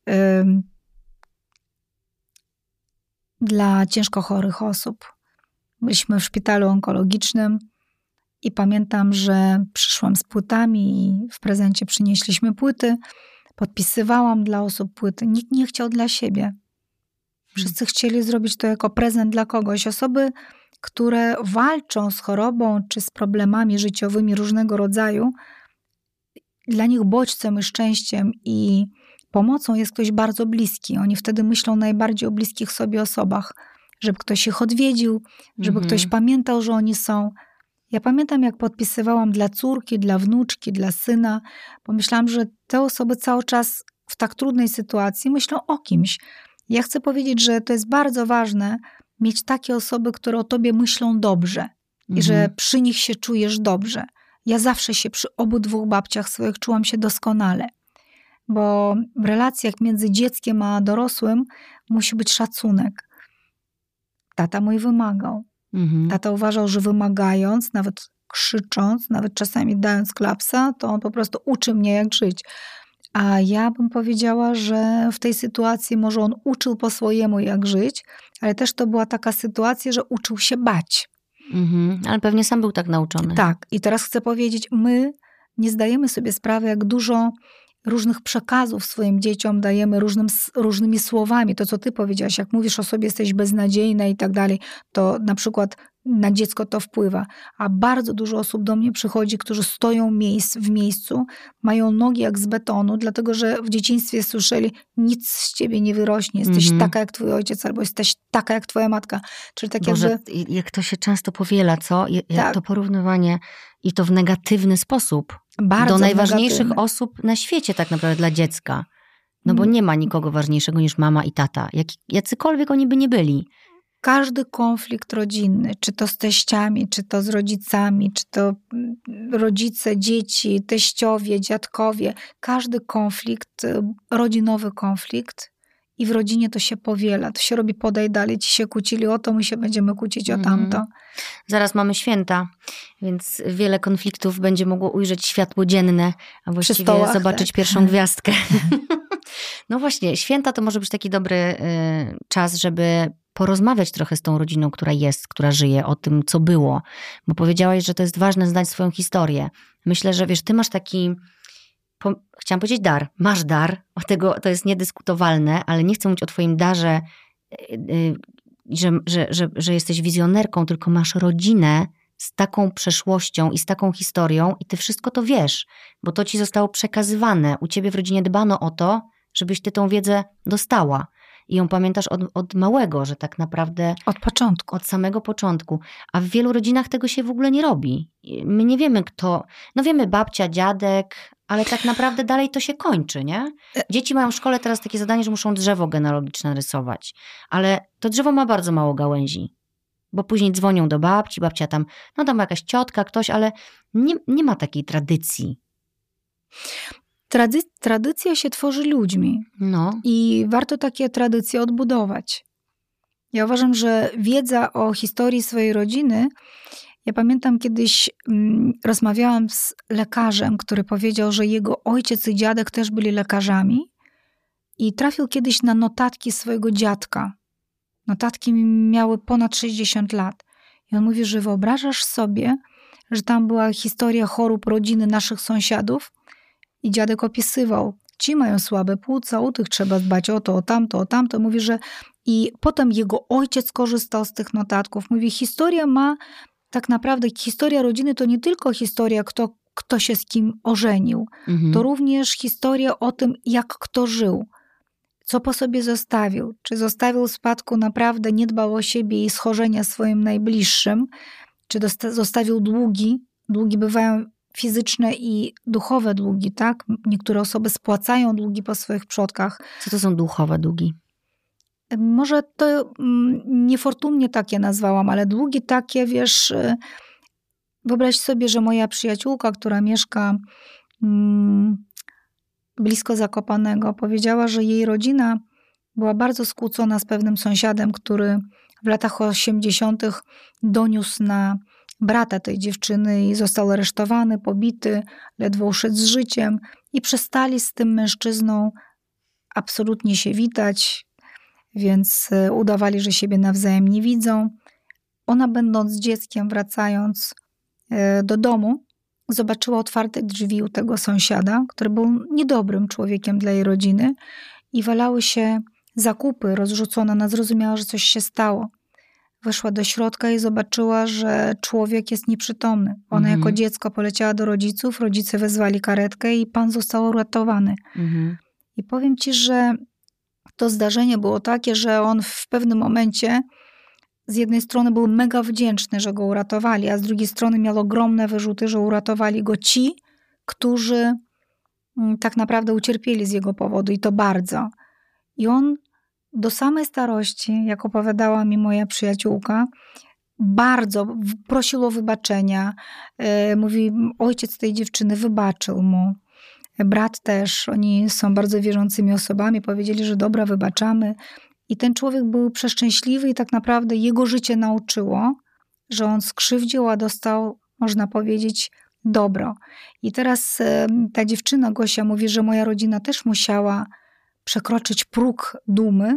dla ciężko chorych osób. Byliśmy w szpitalu onkologicznym i pamiętam, że przyszłam z płytami i w prezencie przynieśliśmy płyty. Podpisywałam dla osób płyty. Nikt nie chciał dla siebie. Wszyscy chcieli zrobić to jako prezent dla kogoś. Osoby, które walczą z chorobą czy z problemami życiowymi różnego rodzaju, dla nich bodźcem i szczęściem i pomocą jest ktoś bardzo bliski. Oni wtedy myślą najbardziej o bliskich sobie osobach, żeby ktoś ich odwiedził, żeby ktoś pamiętał, że oni są. Ja pamiętam, jak podpisywałam dla córki, dla wnuczki, dla syna. Pomyślałam, że te osoby cały czas w tak trudnej sytuacji myślą o kimś. Ja chcę powiedzieć, że to jest bardzo ważne, mieć takie osoby, które o tobie myślą dobrze i że przy nich się czujesz dobrze. Ja zawsze się przy obydwu babciach swoich czułam się doskonale, bo w relacjach między dzieckiem a dorosłym musi być szacunek. Tata mój wymagał. Tata uważał, że wymagając, nawet krzycząc, nawet czasami dając klapsa, to on po prostu uczy mnie, jak żyć. A ja bym powiedziała, że w tej sytuacji może on uczył po swojemu, jak żyć, ale też to była taka sytuacja, że uczył się bać. Ale pewnie sam był tak nauczony. Tak. I teraz chcę powiedzieć, my nie zdajemy sobie sprawy, jak dużo różnych przekazów swoim dzieciom dajemy różnymi słowami. To, co ty powiedziałaś, jak mówisz o sobie, jesteś beznadziejna i tak dalej, to na przykład na dziecko to wpływa. A bardzo dużo osób do mnie przychodzi, którzy stoją w miejscu, mają nogi jak z betonu, dlatego że w dzieciństwie słyszeli, nic z ciebie nie wyrośnie, jesteś taka jak twój ojciec, albo jesteś taka jak twoja matka. Czyli tak Boże, jak to się często powiela, co? Jak to porównywanie i to w negatywny sposób. Bardzo do najważniejszych osób na świecie tak naprawdę dla dziecka. No bo nie ma nikogo ważniejszego niż mama i tata. Jacykolwiek oni by nie byli. Każdy konflikt rodzinny, czy to z teściami, czy to z rodzicami, czy to rodzice, dzieci, teściowie, dziadkowie, każdy konflikt, rodzinowy konflikt i w rodzinie to się powiela, to się robi podaj dalej, ci się kłócili o to, my się będziemy kłócić o tamto. Zaraz mamy święta, więc wiele konfliktów będzie mogło ujrzeć światło dzienne, a właściwie zobaczyć pierwszą gwiazdkę. No właśnie, święta to może być taki dobry czas, żeby porozmawiać trochę z tą rodziną, która jest, która żyje, o tym, co było. Bo powiedziałaś, że to jest ważne znać swoją historię. Myślę, że wiesz, ty masz taki, chciałam powiedzieć dar, masz dar, to jest niedyskutowalne, ale nie chcę mówić o twoim darze, że jesteś wizjonerką, tylko masz rodzinę z taką przeszłością i z taką historią i ty wszystko to wiesz, bo to ci zostało przekazywane. U ciebie w rodzinie dbano o to, żebyś ty tą wiedzę dostała. I ją pamiętasz od małego, że tak naprawdę... Od początku. Od samego początku. A w wielu rodzinach tego się w ogóle nie robi. My nie wiemy kto... No wiemy babcia, dziadek, ale tak naprawdę dalej to się kończy, nie? Dzieci mają w szkole teraz takie zadanie, że muszą drzewo genealogiczne rysować. Ale to drzewo ma bardzo mało gałęzi. Bo później dzwonią do babci, babcia tam jakaś ciotka, ktoś, ale nie ma takiej tradycji. Tradycja się tworzy ludźmi. I warto takie tradycje odbudować. Ja uważam, że wiedza o historii swojej rodziny, ja pamiętam kiedyś rozmawiałam z lekarzem, który powiedział, że jego ojciec i dziadek też byli lekarzami i trafił kiedyś na notatki swojego dziadka. Notatki miały ponad 60 lat. I on mówi, że wyobrażasz sobie, że tam była historia chorób rodziny naszych sąsiadów i dziadek opisywał, ci mają słabe płuca, u tych trzeba dbać o to, o tamto, o tamto. Mówi, że i potem jego ojciec korzystał z tych notatków. Mówi, historia ma tak naprawdę, historia rodziny to nie tylko historia, kto się z kim ożenił. To również historia o tym, jak kto żył. Co po sobie zostawił. Czy zostawił w spadku naprawdę, nie dbał o siebie i schorzenia swoim najbliższym, czy zostawił długi. Długi bywają fizyczne i duchowe długi, tak? Niektóre osoby spłacają długi po swoich przodkach. Co to są duchowe długi? Może to niefortunnie takie nazwałam, ale długi takie, wiesz, wyobraź sobie, że moja przyjaciółka, która mieszka blisko Zakopanego, powiedziała, że jej rodzina była bardzo skłócona z pewnym sąsiadem, który w latach 80. doniósł na brata tej dziewczyny i został aresztowany, pobity, ledwo uszedł z życiem i przestali z tym mężczyzną absolutnie się witać, więc udawali, że siebie nawzajem nie widzą. Ona, będąc dzieckiem, wracając do domu, zobaczyła otwarte drzwi u tego sąsiada, który był niedobrym człowiekiem dla jej rodziny i walały się zakupy rozrzucone. Ona zrozumiała, że coś się stało. Weszła do środka i zobaczyła, że człowiek jest nieprzytomny. Ona jako dziecko poleciała do rodziców, rodzice wezwali karetkę i pan został uratowany. I powiem ci, że to zdarzenie było takie, że on w pewnym momencie z jednej strony był mega wdzięczny, że go uratowali, a z drugiej strony miał ogromne wyrzuty, że uratowali go ci, którzy tak naprawdę ucierpieli z jego powodu i to bardzo. I on do samej starości, jak opowiadała mi moja przyjaciółka, bardzo prosił o wybaczenia. Mówi, ojciec tej dziewczyny wybaczył mu. Brat też, oni są bardzo wierzącymi osobami, powiedzieli, że dobra, wybaczamy. I ten człowiek był przeszczęśliwy i tak naprawdę jego życie nauczyło, że on skrzywdził, a dostał, można powiedzieć, dobro. I teraz ta dziewczyna, Gosia, mówi, że moja rodzina też musiała przekroczyć próg dumy,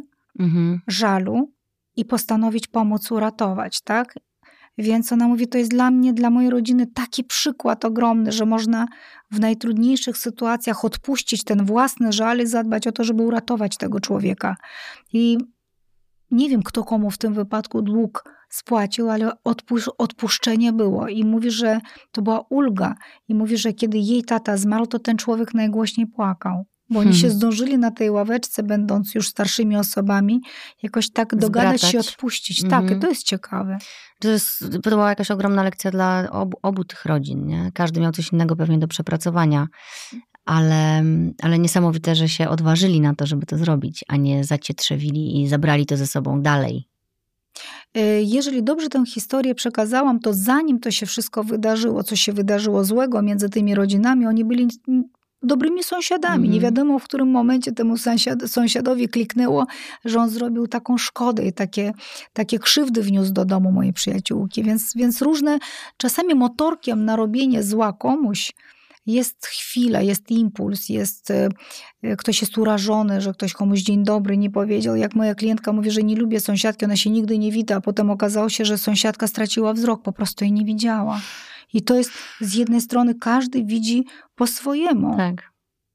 żalu i postanowić pomóc uratować, tak? Więc ona mówi, to jest dla mnie, dla mojej rodziny taki przykład ogromny, że można w najtrudniejszych sytuacjach odpuścić ten własny żal i zadbać o to, żeby uratować tego człowieka. I nie wiem, kto komu w tym wypadku dług spłacił, ale odpuszczenie było. I mówi, że to była ulga. I mówi, że kiedy jej tata zmarł, to ten człowiek najgłośniej płakał. Bo oni się zdążyli na tej ławeczce, będąc już starszymi osobami, jakoś tak dogadać się, odpuścić. Tak, i to jest ciekawe. To była jakaś ogromna lekcja dla obu tych rodzin. Nie? Każdy miał coś innego pewnie do przepracowania, ale niesamowite, że się odważyli na to, żeby to zrobić, a nie zacietrzewili i zabrali to ze sobą dalej. Jeżeli dobrze tę historię przekazałam, to zanim to się wszystko wydarzyło, co się wydarzyło złego między tymi rodzinami, oni byli dobrymi sąsiadami. Nie wiadomo, w którym momencie temu sąsiadowi kliknęło, że on zrobił taką szkodę i takie krzywdy wniósł do domu mojej przyjaciółki. Więc różne, czasami motorkiem na robienie zła komuś jest chwila, jest impuls, ktoś jest urażony, że ktoś komuś dzień dobry nie powiedział. Jak moja klientka mówi, że nie lubię sąsiadki, ona się nigdy nie wita, a potem okazało się, że sąsiadka straciła wzrok, po prostu jej nie widziała. I to jest, z jednej strony każdy widzi po swojemu. Tak.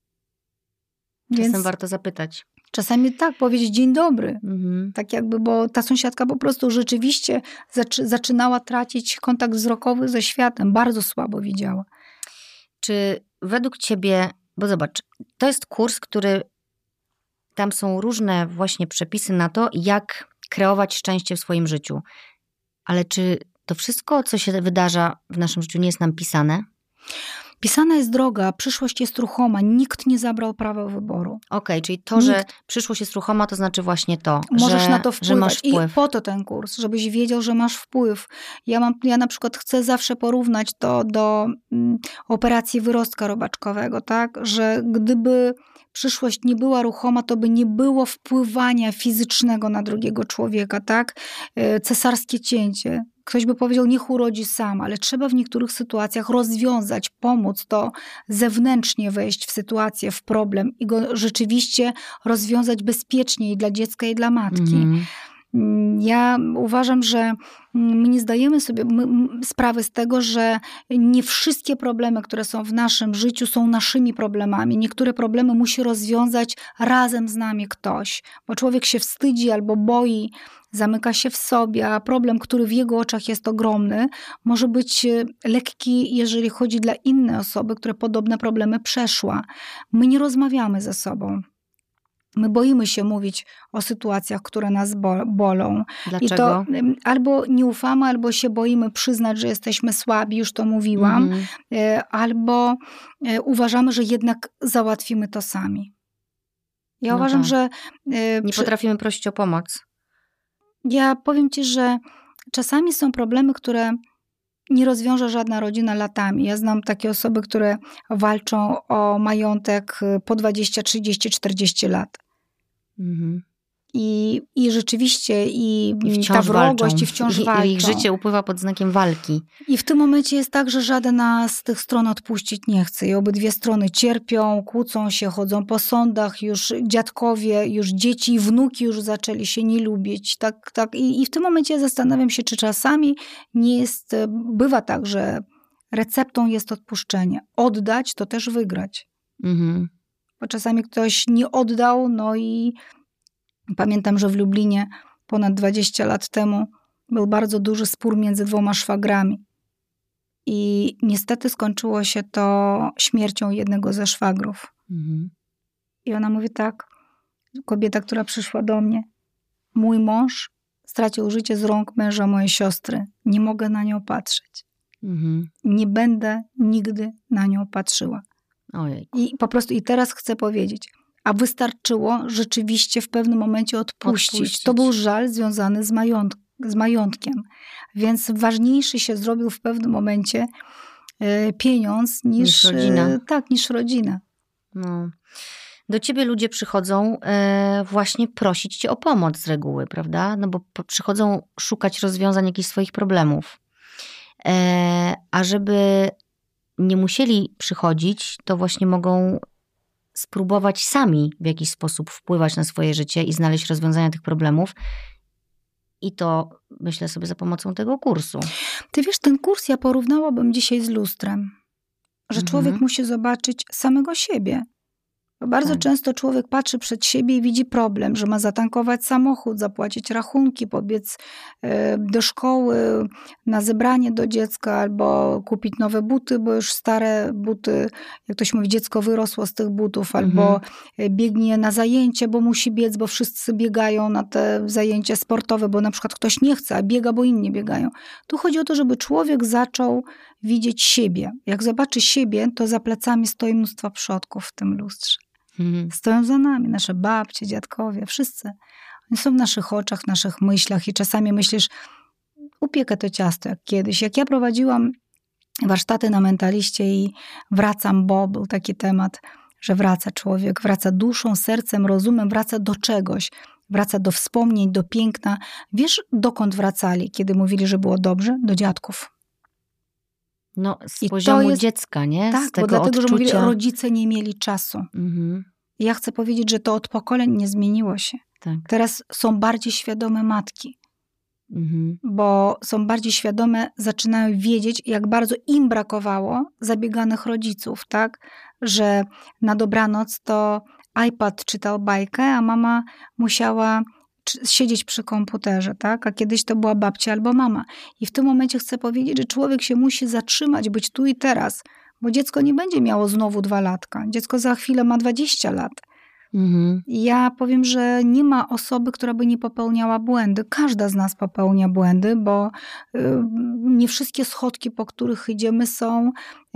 Czasem warto zapytać. Czasami tak, powiedzieć dzień dobry. Tak jakby, bo ta sąsiadka po prostu rzeczywiście zaczynała tracić kontakt wzrokowy ze światem. Bardzo słabo widziała. Czy według ciebie, bo zobacz, to jest kurs, który, tam są różne właśnie przepisy na to, jak kreować szczęście w swoim życiu. Ale czy to wszystko, co się wydarza w naszym życiu, nie jest nam pisane? Pisana jest droga, przyszłość jest ruchoma, nikt nie zabrał prawa wyboru. Okej, czyli to, że przyszłość jest ruchoma, to znaczy właśnie to, możesz na to wpływać. Że masz wpływ. I po to ten kurs, żebyś wiedział, że masz wpływ. Ja na przykład chcę zawsze porównać to do operacji wyrostka robaczkowego, tak? Że gdyby przyszłość nie była ruchoma, to by nie było wpływania fizycznego na drugiego człowieka, tak? Cesarskie cięcie. Ktoś by powiedział, niech urodzi sam, ale trzeba w niektórych sytuacjach rozwiązać, pomóc to zewnętrznie wejść w sytuację, w problem i go rzeczywiście rozwiązać bezpiecznie i dla dziecka, i dla matki. Ja uważam, że my nie zdajemy sobie sprawy z tego, że nie wszystkie problemy, które są w naszym życiu, są naszymi problemami. Niektóre problemy musi rozwiązać razem z nami ktoś, bo człowiek się wstydzi albo boi, zamyka się w sobie, a problem, który w jego oczach jest ogromny, może być lekki, jeżeli chodzi dla innej osoby, która podobne problemy przeszła. My nie rozmawiamy ze sobą. My boimy się mówić o sytuacjach, które nas bolą. Dlaczego? I to albo nie ufamy, albo się boimy przyznać, że jesteśmy słabi, już to mówiłam, albo uważamy, że jednak załatwimy to sami. Ja uważam, że... Nie potrafimy prosić o pomoc. Ja powiem ci, że czasami są problemy, które nie rozwiąże żadna rodzina latami. Ja znam takie osoby, które walczą o majątek po 20, 30, 40 lat. I rzeczywiście i ta wrogość walczą. I wciąż walczą. I ich życie upływa pod znakiem walki. I w tym momencie jest tak, że żadna z tych stron odpuścić nie chce. I obydwie strony cierpią, kłócą się, chodzą po sądach. Już dziadkowie, już dzieci i wnuki już zaczęli się nie lubić. Tak. I w tym momencie zastanawiam się, czy czasami nie jest... Bywa tak, że receptą jest odpuszczenie. Oddać to też wygrać. Bo czasami ktoś nie oddał, no i pamiętam, że w Lublinie ponad 20 lat temu był bardzo duży spór między 2 szwagrami. I niestety skończyło się to śmiercią jednego ze szwagrów. I ona mówi tak, kobieta, która przyszła do mnie, mój mąż stracił życie z rąk męża mojej siostry. Nie mogę na nią patrzeć. Nie będę nigdy na nią patrzyła. Ojej. I po prostu i teraz chcę powiedzieć, a wystarczyło rzeczywiście w pewnym momencie odpuścić. To był żal związany z majątkiem. Więc ważniejszy się zrobił w pewnym momencie pieniądz niż rodzina. Tak, niż rodzina. No. Do ciebie ludzie przychodzą właśnie prosić cię o pomoc z reguły, prawda? No bo przychodzą szukać rozwiązań jakichś swoich problemów. A żeby nie musieli przychodzić, to właśnie mogą spróbować sami w jakiś sposób wpływać na swoje życie i znaleźć rozwiązania tych problemów. I to myślę sobie za pomocą tego kursu. Ty wiesz, ten kurs ja porównałabym dzisiaj z lustrem. Że człowiek musi zobaczyć samego siebie. Bo bardzo często człowiek patrzy przed siebie i widzi problem, że ma zatankować samochód, zapłacić rachunki, pobiec do szkoły, na zebranie do dziecka albo kupić nowe buty, bo już stare buty, jak ktoś mówi, dziecko wyrosło z tych butów, albo biegnie na zajęcie, bo musi biec, bo wszyscy biegają na te zajęcia sportowe, bo na przykład ktoś nie chce, a biega, bo inni biegają. Tu chodzi o to, żeby człowiek zaczął widzieć siebie. Jak zobaczy siebie, to za plecami stoi mnóstwo przodków w tym lustrze. Stoją za nami, nasze babcie, dziadkowie, wszyscy. Oni są w naszych oczach, w naszych myślach i czasami myślisz, upiekę to ciasto jak kiedyś. Jak ja prowadziłam warsztaty na Mentaliście i wracam, bo był taki temat, że wraca człowiek, wraca duszą, sercem, rozumem, wraca do czegoś, wraca do wspomnień, do piękna. Wiesz, dokąd wracali, kiedy mówili, że było dobrze? Do dziadków. No, z poziomu dziecka, nie? Tak, z tego bo dlatego, odczucia. że mówili, rodzice nie mieli czasu. I ja chcę powiedzieć, że to od pokoleń nie zmieniło się. Tak. Teraz są bardziej świadome matki. Bo są bardziej świadome, zaczynają wiedzieć, jak bardzo im brakowało zabieganych rodziców, tak? Że na dobranoc to iPad czytał bajkę, a mama musiała siedzieć przy komputerze, tak? A kiedyś to była babcia albo mama. I w tym momencie chcę powiedzieć, że człowiek się musi zatrzymać, być tu i teraz, bo dziecko nie będzie miało znowu 2 latka. Dziecko za chwilę ma 20 lat. Ja powiem, że nie ma osoby, która by nie popełniała błędy. Każda z nas popełnia błędy, bo nie wszystkie schodki, po których idziemy, są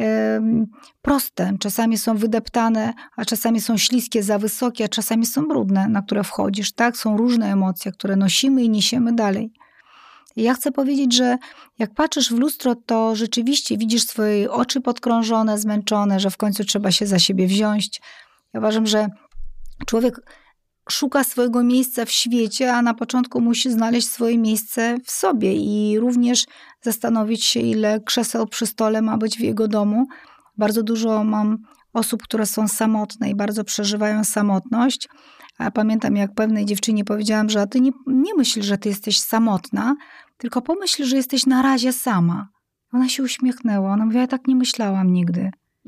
proste. Czasami są wydeptane, a czasami są śliskie, za wysokie, a czasami są brudne, na które wchodzisz. Tak? Są różne emocje, które nosimy i niesiemy dalej. I ja chcę powiedzieć, że jak patrzysz w lustro, to rzeczywiście widzisz swoje oczy podkrążone, zmęczone, że w końcu trzeba się za siebie wziąć. Ja uważam, że człowiek szuka swojego miejsca w świecie, a na początku musi znaleźć swoje miejsce w sobie i również zastanowić się, ile krzeseł przy stole ma być w jego domu. Bardzo dużo mam osób, które są samotne i bardzo przeżywają samotność, A pamiętam, jak pewnej dziewczynie powiedziałam, że ty nie myśl, że ty jesteś samotna, tylko pomyśl, że jesteś na razie sama. Ona się uśmiechnęła. Ona mówi, ja tak nie myślałam nigdy.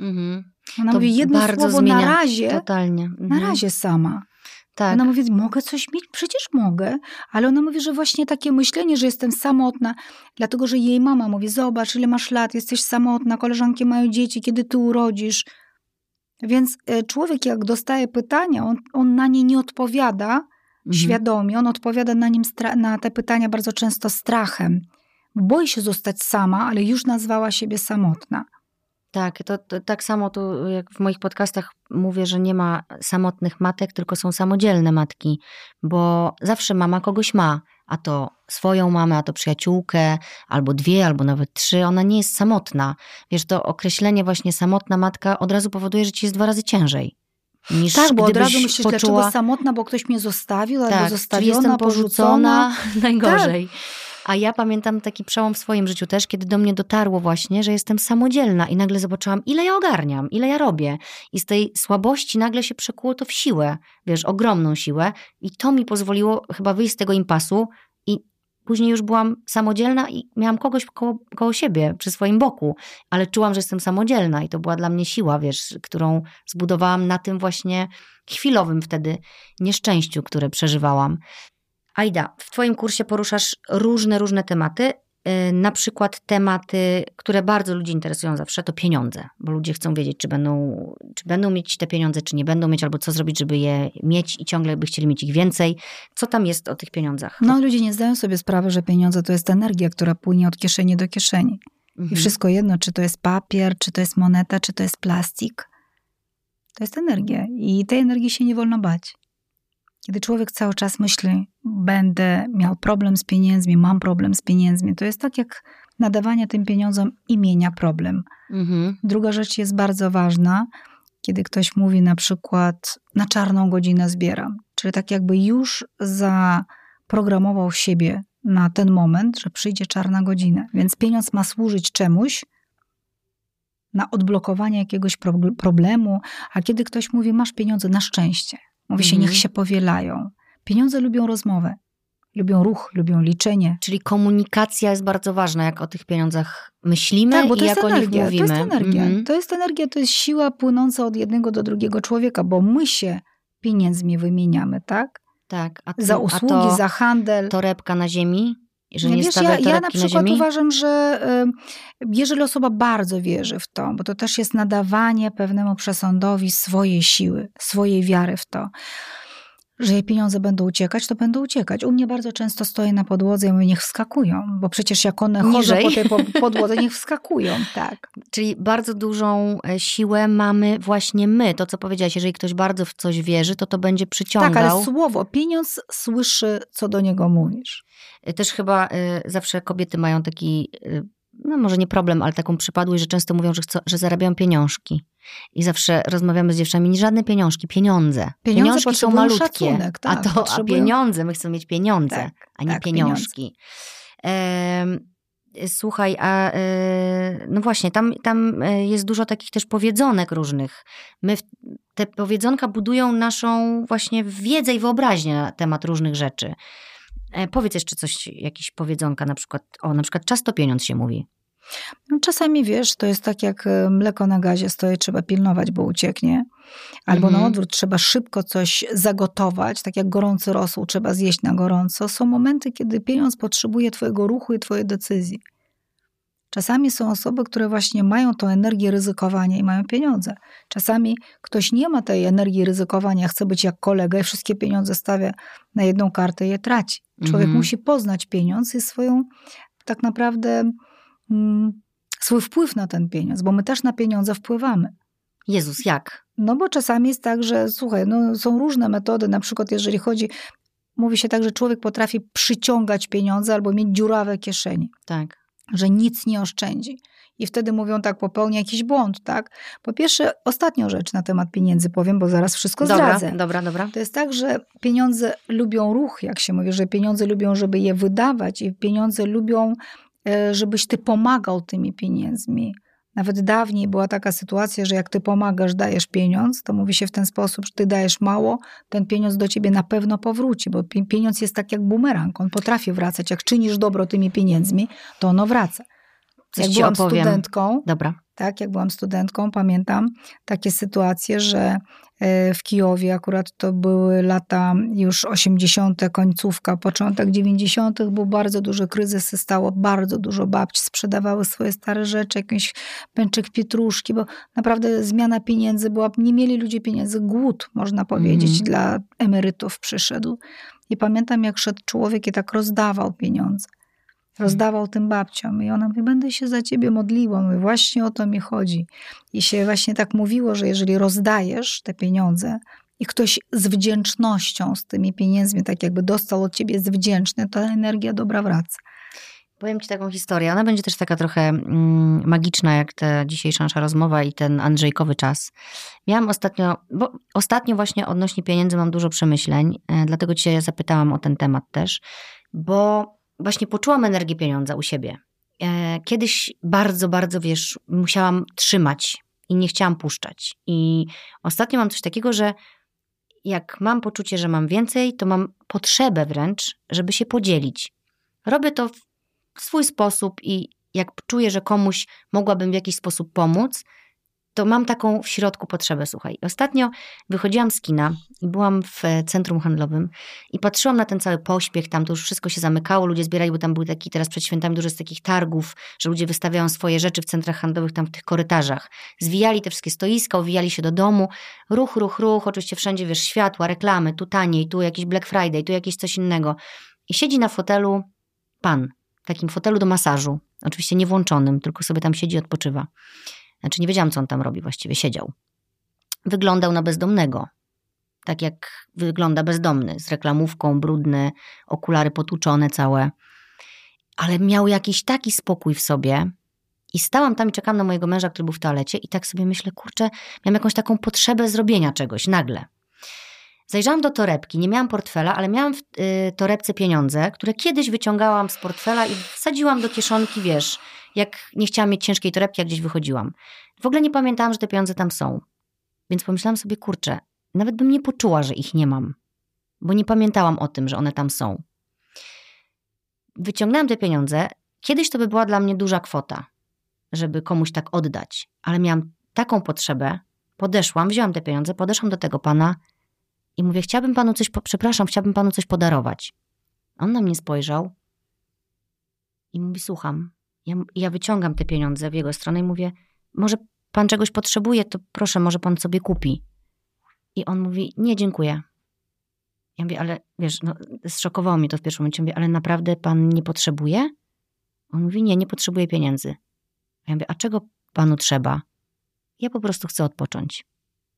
Ona To mówi, jedno bardzo słowo zmienia. na razie, Totalnie. na razie sama. Tak. Ona mówi, mogę coś mieć? Przecież mogę. Ale ona mówi, że właśnie takie myślenie, że jestem samotna, dlatego, że jej mama mówi, zobacz, ile masz lat, jesteś samotna, koleżanki mają dzieci, kiedy ty urodzisz. Więc człowiek, jak dostaje pytania, on na nie nie odpowiada świadomie, on odpowiada na te pytania bardzo często strachem. Boi się zostać sama, ale już nazwała siebie samotna. Tak, to tak samo tu jak w moich podcastach mówię, że nie ma samotnych matek, tylko są samodzielne matki, bo zawsze mama kogoś ma, a to swoją mamę, a to przyjaciółkę, albo 2, albo nawet 3, ona nie jest samotna. Wiesz, to określenie właśnie samotna matka od razu powoduje, że ci jest 2 razy ciężej. Niż tak, bo od razu gdybyś myślisz, poczuła... dlaczego samotna, bo ktoś mnie zostawił, albo tak, zostawiona, czyli jestem porzucona, najgorzej. Tak. A ja pamiętam taki przełom w swoim życiu też, kiedy do mnie dotarło właśnie, że jestem samodzielna i nagle zobaczyłam, ile ja ogarniam, ile ja robię. I z tej słabości nagle się przekuło to w siłę, wiesz, ogromną siłę. I to mi pozwoliło chyba wyjść z tego impasu i później już byłam samodzielna i miałam kogoś koło siebie, przy swoim boku. Ale czułam, że jestem samodzielna i to była dla mnie siła, wiesz, którą zbudowałam na tym właśnie chwilowym wtedy nieszczęściu, które przeżywałam. Aida, w twoim kursie poruszasz różne tematy, na przykład tematy, które bardzo ludzi interesują zawsze, to pieniądze, bo ludzie chcą wiedzieć, czy będą mieć te pieniądze, czy nie będą mieć, albo co zrobić, żeby je mieć i ciągle by chcieli mieć ich więcej. Co tam jest o tych pieniądzach? No ludzie nie zdają sobie sprawy, że pieniądze to jest energia, która płynie od kieszeni do kieszeni. I wszystko jedno, czy to jest papier, czy to jest moneta, czy to jest plastik. To jest energia i tej energii się nie wolno bać. Kiedy człowiek cały czas myśli, będę miał problem z pieniędzmi, mam problem z pieniędzmi, to jest tak jak nadawanie tym pieniądzom imienia problem. Druga rzecz jest bardzo ważna, kiedy ktoś mówi na przykład na czarną godzinę zbieram. Czyli tak jakby już zaprogramował siebie na ten moment, że przyjdzie czarna godzina. Więc pieniądz ma służyć czemuś, na odblokowanie jakiegoś problemu, a kiedy ktoś mówi, masz pieniądze na szczęście, mówi się, niech się powielają. Pieniądze lubią rozmowę, lubią ruch, lubią liczenie. Czyli komunikacja jest bardzo ważna, jak o tych pieniądzach myślimy tak, bo to i jest jak energia, o nich mówimy. To jest energia. To jest energia, to jest siła płynąca od jednego do drugiego człowieka, bo my się pieniędzmi wymieniamy, tak? Tak. Za usługi, za handel. Torebka na ziemi? Że nie wiesz, ja na przykład uważam, że jeżeli osoba bardzo wierzy w to, bo to też jest nadawanie pewnemu przesądowi swojej siły, swojej wiary w to, że jej pieniądze będą uciekać, to będą uciekać. U mnie bardzo często stoję na podłodze i mówię, niech wskakują, bo przecież jak one chodzą po tej podłodze, niech wskakują, tak. Czyli bardzo dużą siłę mamy właśnie my. To, co powiedziałaś, jeżeli ktoś bardzo w coś wierzy, to będzie przyciągał. Tak, ale słowo, pieniądz słyszy, co do niego mówisz. Też chyba zawsze kobiety mają taki, no może nie problem, ale taką przypadłość, że często mówią, że zarabiają pieniążki. I zawsze rozmawiamy z dziewczynami, żadne pieniążki, pieniądze. Pieniążki są malutkie, szacunek, tak, a pieniądze, my chcemy mieć pieniądze, tak, a nie pieniążki. Słuchaj, no właśnie, tam jest dużo takich też powiedzonek różnych. Te powiedzonka budują naszą właśnie wiedzę i wyobraźnię na temat różnych rzeczy. Powiedz jeszcze coś, jakieś powiedzonka, na przykład czas to pieniądz się mówi. No, czasami wiesz, to jest tak jak mleko na gazie stoi, trzeba pilnować, bo ucieknie. Albo na odwrót, trzeba szybko coś zagotować, tak jak gorący rosół, trzeba zjeść na gorąco. Są momenty, kiedy pieniądz potrzebuje twojego ruchu i twojej decyzji. Czasami są osoby, które właśnie mają tą energię ryzykowania i mają pieniądze. Czasami ktoś nie ma tej energii ryzykowania, chce być jak kolega i wszystkie pieniądze stawia na jedną kartę i je traci. Człowiek musi poznać pieniądz i swoją tak naprawdę swój wpływ na ten pieniądz, bo my też na pieniądze wpływamy. Jezus, jak? No bo czasami jest tak, że słuchaj, no są różne metody, na przykład jeżeli mówi się tak, że człowiek potrafi przyciągać pieniądze albo mieć dziurawe kieszeni. Tak. Że nic nie oszczędzi. I wtedy mówią tak, popełnia jakiś błąd, tak? Po pierwsze, ostatnią rzecz na temat pieniędzy powiem, bo zaraz wszystko zdradzę. Dobra. To jest tak, że pieniądze lubią ruch, jak się mówi, że pieniądze lubią, żeby je wydawać i pieniądze lubią, żebyś ty pomagał tymi pieniędzmi. Nawet dawniej była taka sytuacja, że jak ty pomagasz, dajesz pieniądz, to mówi się w ten sposób, że ty dajesz mało, ten pieniądz do ciebie na pewno powróci, bo pieniądz jest tak jak bumerang, on potrafi wracać. Jak czynisz dobro tymi pieniędzmi, to ono wraca. Jak byłam studentką, jak byłam studentką, pamiętam takie sytuacje, że w Kijowie akurat to były lata już 80., końcówka, początek 90., był bardzo duży kryzys, stało bardzo dużo babci, sprzedawały swoje stare rzeczy, jakiś pęczek pietruszki, bo naprawdę zmiana pieniędzy była, nie mieli ludzie pieniędzy, głód, można powiedzieć, dla emerytów przyszedł. I pamiętam, jak szedł człowiek i tak rozdawał pieniądze. Rozdawał tym babciom i ona mówi, będę się za ciebie modliła. Mówi, właśnie o to mi chodzi. I się właśnie tak mówiło, że jeżeli rozdajesz te pieniądze i ktoś z wdzięcznością z tymi pieniędzmi, tak jakby dostał od ciebie jest wdzięczny, to energia dobra wraca. Powiem ci taką historię. Ona będzie też taka trochę magiczna, jak ta dzisiejsza nasza rozmowa i ten andrzejkowy czas. Miałam ostatnio właśnie odnośnie pieniędzy mam dużo przemyśleń, dlatego cię zapytałam o ten temat też, bo właśnie poczułam energię pieniądza u siebie. Kiedyś bardzo, bardzo, musiałam trzymać i nie chciałam puszczać. I ostatnio mam coś takiego, że jak mam poczucie, że mam więcej, to mam potrzebę wręcz, żeby się podzielić. Robię to w swój sposób i jak czuję, że komuś mogłabym w jakiś sposób pomóc, to mam taką w środku potrzebę, słuchaj. Ostatnio wychodziłam z kina i byłam w centrum handlowym i patrzyłam na ten cały pośpiech, tam to już wszystko się zamykało, ludzie zbierali, bo tam był taki, teraz przed świętami dużo z takich targów, że ludzie wystawiają swoje rzeczy w centrach handlowych, tam w tych korytarzach. Zwijali te wszystkie stoiska, uwijali się do domu, ruch, oczywiście wszędzie, światła, reklamy, tu taniej, tu jakiś Black Friday, tu jakieś coś innego. I siedzi na fotelu pan, w takim fotelu do masażu, oczywiście nie włączonym, tylko sobie tam siedzi i odpoczywa. Znaczy nie wiedziałam, co on tam robi właściwie, siedział. Wyglądał na bezdomnego, tak jak wygląda bezdomny, z reklamówką, brudny, okulary potłuczone całe. Ale miał jakiś taki spokój w sobie i stałam tam i czekałam na mojego męża, który był w toalecie i tak sobie myślę, kurczę, miałam jakąś taką potrzebę zrobienia czegoś nagle. Zajrzałam do torebki, nie miałam portfela, ale miałam w torebce pieniądze, które kiedyś wyciągałam z portfela i wsadziłam do kieszonki, jak nie chciałam mieć ciężkiej torebki, jak gdzieś wychodziłam. W ogóle nie pamiętałam, że te pieniądze tam są. Więc pomyślałam sobie, kurczę, nawet bym nie poczuła, że ich nie mam, bo nie pamiętałam o tym, że one tam są. Wyciągnęłam te pieniądze. Kiedyś to by była dla mnie duża kwota, żeby komuś tak oddać, ale miałam taką potrzebę, wzięłam te pieniądze, podeszłam do tego pana i mówię, chciałbym panu coś podarować. On na mnie spojrzał i mówi, słucham. Ja wyciągam te pieniądze w jego stronę i mówię, może pan czegoś potrzebuje, to proszę, może pan sobie kupi. I on mówi, nie, dziękuję. Ja mówię, ale zszokowało mnie to w pierwszym momencie. Mówię, ale naprawdę pan nie potrzebuje? On mówi, nie potrzebuję pieniędzy. Ja mówię, a czego panu trzeba? Ja po prostu chcę odpocząć.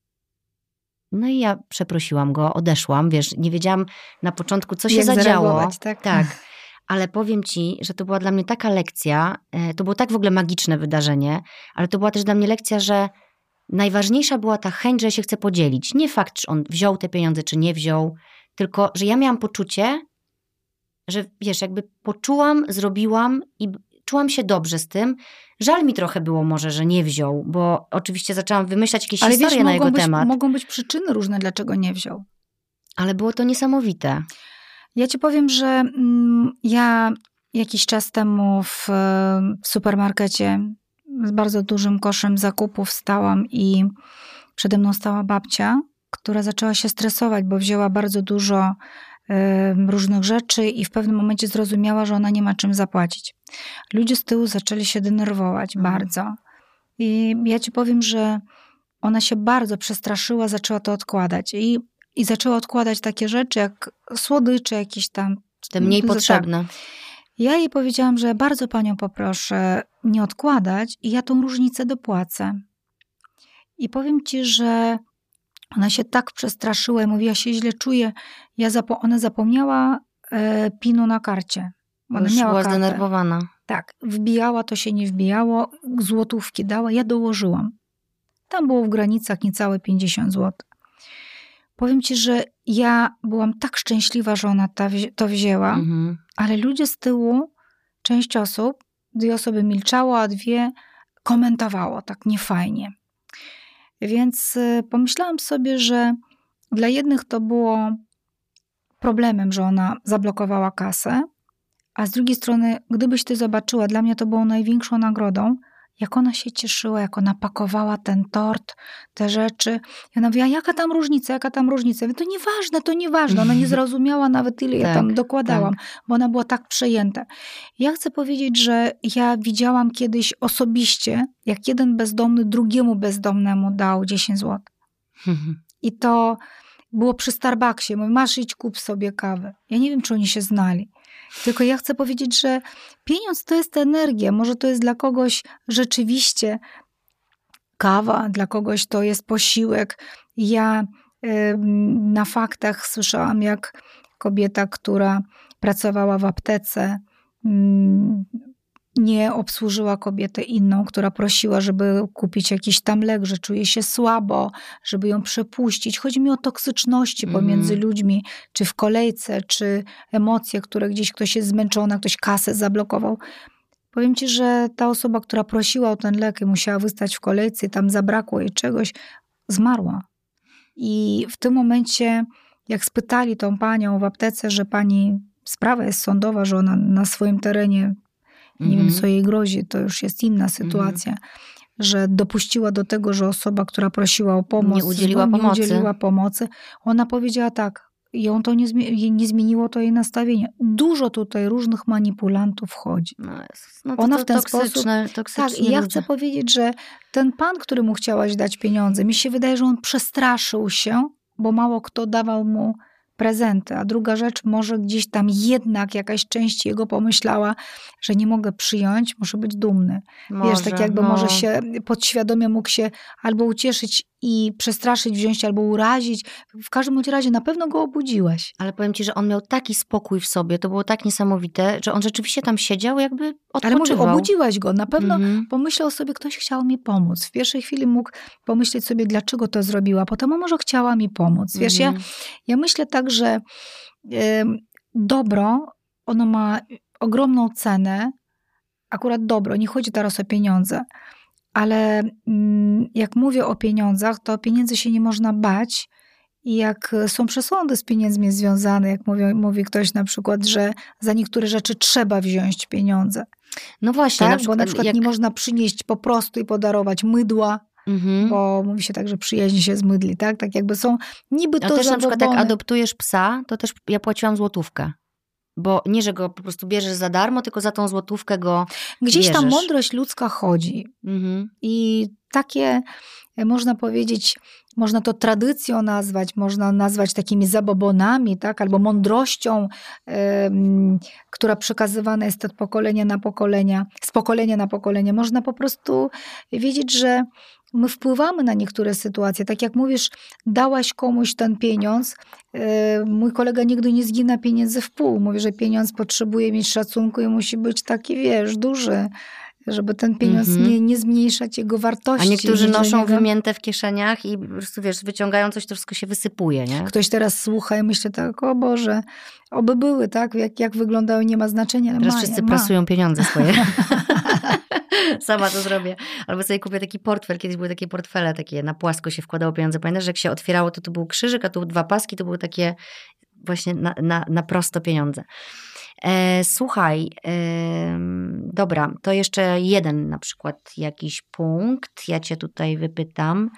No i ja przeprosiłam go, odeszłam, nie wiedziałam na początku, co się zadziało. Tak. Ale powiem ci, że to była dla mnie taka lekcja, to było tak w ogóle magiczne wydarzenie, ale to była też dla mnie lekcja, że najważniejsza była ta chęć, że się chce podzielić. Nie fakt, czy on wziął te pieniądze, czy nie wziął, tylko, że ja miałam poczucie, że jakby poczułam, zrobiłam i czułam się dobrze z tym. Żal mi trochę było może, że nie wziął, bo oczywiście zaczęłam wymyślać jakieś historie na jego temat. Mogą być przyczyny różne, dlaczego nie wziął. Ale było to niesamowite. Ja ci powiem, że ja jakiś czas temu w supermarkecie z bardzo dużym koszem zakupów stałam i przede mną stała babcia, która zaczęła się stresować, bo wzięła bardzo dużo różnych rzeczy i w pewnym momencie zrozumiała, że ona nie ma czym zapłacić. Ludzie z tyłu zaczęli się denerwować bardzo. I ja ci powiem, że ona się bardzo przestraszyła, zaczęła to odkładać. I zaczęła odkładać takie rzeczy jak słodycze jakieś tam. Te mniej potrzebne. Tak. Ja jej powiedziałam, że bardzo panią poproszę nie odkładać i ja tą różnicę dopłacę. I powiem ci, że ona się tak przestraszyła i mówi, ja się źle czuję. Ona zapomniała PIN-u na karcie. Ona już miała była kartę. zdenerwowana. Tak, wbijała, to się nie wbijało, złotówki dała, ja dołożyłam. Tam było w granicach niecałe 50 zł. Powiem ci, że ja byłam tak szczęśliwa, że ona to wzięła, ale ludzie z tyłu, część osób, 2 osoby milczało, a 2 komentowało tak niefajnie. Więc pomyślałam sobie, że dla jednych to było problemem, że ona zablokowała kasę, a z drugiej strony, gdybyś ty zobaczyła, dla mnie to było największą nagrodą, jak ona się cieszyła, jak ona pakowała ten tort, te rzeczy. I ona mówiła, jaka tam różnica? Ja mówię, to nieważne. Ona nie zrozumiała nawet, ile ja tam dokładałam, bo ona była tak przejęta. Ja chcę powiedzieć, że ja widziałam kiedyś osobiście, jak jeden bezdomny drugiemu bezdomnemu dał 10 zł. I to było przy Starbucksie. Mówi, masz idź kup sobie kawę. Ja nie wiem, czy oni się znali. Tylko ja chcę powiedzieć, że pieniądz to jest energia. Może to jest dla kogoś rzeczywiście kawa, dla kogoś to jest posiłek. Ja na faktach słyszałam, jak kobieta, która pracowała w aptece, nie obsłużyła kobietę inną, która prosiła, żeby kupić jakiś tam lek, że czuje się słabo, żeby ją przepuścić. Chodzi mi o toksyczności pomiędzy ludźmi, czy w kolejce, czy emocje, które gdzieś ktoś jest zmęczony, ktoś kasę zablokował. Powiem ci, że ta osoba, która prosiła o ten lek i musiała wystać w kolejce i tam zabrakło jej czegoś, zmarła. I w tym momencie, jak spytali tą panią w aptece, że pani sprawa jest sądowa, że ona na swoim terenie, nie wiem co jej grozi, to już jest inna sytuacja, że dopuściła do tego, że osoba, która prosiła o pomoc, nie udzieliła pomocy. Ona powiedziała tak, ją to nie zmieniło to jej nastawienie. Dużo tutaj różnych manipulantów chodzi. Ona w ten sposób... Tak, i ja chcę powiedzieć, że ten pan, któremu chciałaś dać pieniądze, mi się wydaje, że on przestraszył się, bo mało kto dawał mu prezenty, a druga rzecz, może gdzieś tam jednak jakaś część jego pomyślała, że nie mogę przyjąć, muszę być dumny. Wiesz, tak jakby może się podświadomie mógł się albo ucieszyć i przestraszyć, wziąć, albo urazić. W każdym bądź razie na pewno go obudziłaś. Ale powiem ci, że on miał taki spokój w sobie, to było tak niesamowite, że on rzeczywiście tam siedział, jakby odpoczywał. Ale może obudziłaś go. Na pewno pomyślał sobie, ktoś chciał mi pomóc. W pierwszej chwili mógł pomyśleć sobie, dlaczego to zrobiła. Potem może chciała mi pomóc. Wiesz, ja myślę tak, że dobro, ono ma ogromną cenę. Akurat dobro, nie chodzi teraz o pieniądze. Ale jak mówię o pieniądzach, to pieniędzy się nie można bać. I jak są przesądy z pieniędzmi związane, jak mówi ktoś na przykład, że za niektóre rzeczy trzeba wziąć pieniądze. No właśnie. Tak? Bo na przykład nie można przynieść po prostu i podarować mydła, bo mówi się tak, że przyjaźń się z mydli. Tak jakby są niby to też zabobony. Na przykład jak adoptujesz psa, to też ja płaciłam złotówkę. Bo nie, że go po prostu bierzesz za darmo, tylko za tą złotówkę go gdzieś bierzesz. tam mądrość ludzka chodzi. I takie, można powiedzieć, można to tradycją nazwać, można nazwać takimi zabobonami, tak? Albo mądrością, która przekazywana jest od pokolenia na pokolenia, z pokolenia na pokolenie. Można po prostu wiedzieć, że my wpływamy na niektóre sytuacje. Tak jak mówisz, dałaś komuś ten pieniądz. Mój kolega nigdy nie zgina pieniędzy w pół. Mówi, że pieniądz potrzebuje mieć szacunku i musi być taki, wiesz, duży, żeby ten pieniądz nie zmniejszać jego wartości. A niektórzy noszą wymięte w kieszeniach i po prostu, wiesz, wyciągają coś, to wszystko się wysypuje, nie? Ktoś teraz słucha i myśli tak, o Boże, oby były, tak? Jak wyglądają, nie ma znaczenia. Teraz wszyscy prasują pieniądze swoje. Sama to zrobię. Albo sobie kupię taki portfel. Kiedyś były takie portfele, takie na płasko się wkładało pieniądze. Pamiętasz, że jak się otwierało, to był krzyżyk, a tu 2 paski, to były takie właśnie na prosto pieniądze. Słuchaj, dobra, to jeszcze jeden na przykład jakiś punkt. Ja cię tutaj wypytam.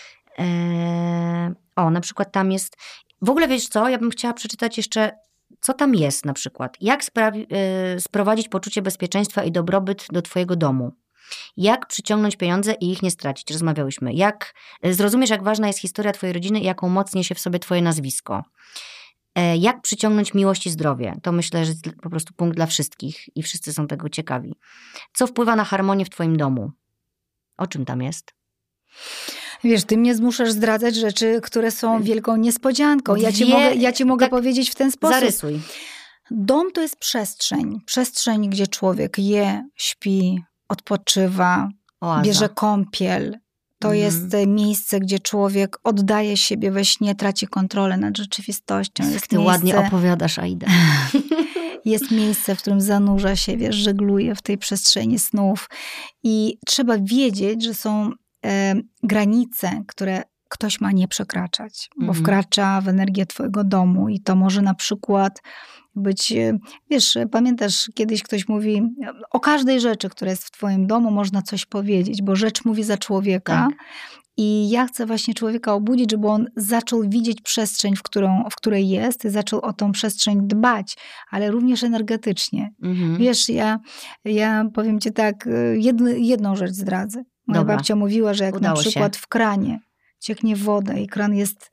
Na przykład tam jest... W ogóle wiesz co, ja bym chciała przeczytać jeszcze, co tam jest na przykład. Jak sprowadzić poczucie bezpieczeństwa i dobrobyt do twojego domu? Jak przyciągnąć pieniądze i ich nie stracić? Rozmawiałyśmy. Jak zrozumiesz, jak ważna jest historia twojej rodziny i jaką moc niesie w sobie twoje nazwisko? Jak przyciągnąć miłość i zdrowie? To myślę, że jest po prostu punkt dla wszystkich i wszyscy są tego ciekawi. Co wpływa na harmonię w twoim domu? O czym tam jest? Wiesz, ty mnie zmuszasz zdradzać rzeczy, które są wielką niespodzianką. Ja ci mogę powiedzieć w ten sposób. Zarysuj. Dom to jest przestrzeń, gdzie człowiek je, śpi, odpoczywa, bierze kąpiel. To jest miejsce, gdzie człowiek oddaje siebie we śnie, traci kontrolę nad rzeczywistością. Jest ty ładnie opowiadasz, Aida. jest miejsce, w którym zanurza się, wiesz, żegluje w tej przestrzeni snów. I trzeba wiedzieć, że są granice, które ktoś ma nie przekraczać, bo wkracza w energię twojego domu i to może na przykład być, wiesz, pamiętasz, kiedyś ktoś mówi, o każdej rzeczy, która jest w twoim domu można coś powiedzieć, bo rzecz mówi za człowieka. Tak. I ja chcę właśnie człowieka obudzić, żeby on zaczął widzieć przestrzeń, w której jest i zaczął o tą przestrzeń dbać, ale również energetycznie. Wiesz, ja powiem ci tak, jedną rzecz zdradzę. Moja babcia mówiła, że jak na przykład w kranie cieknie woda i kran jest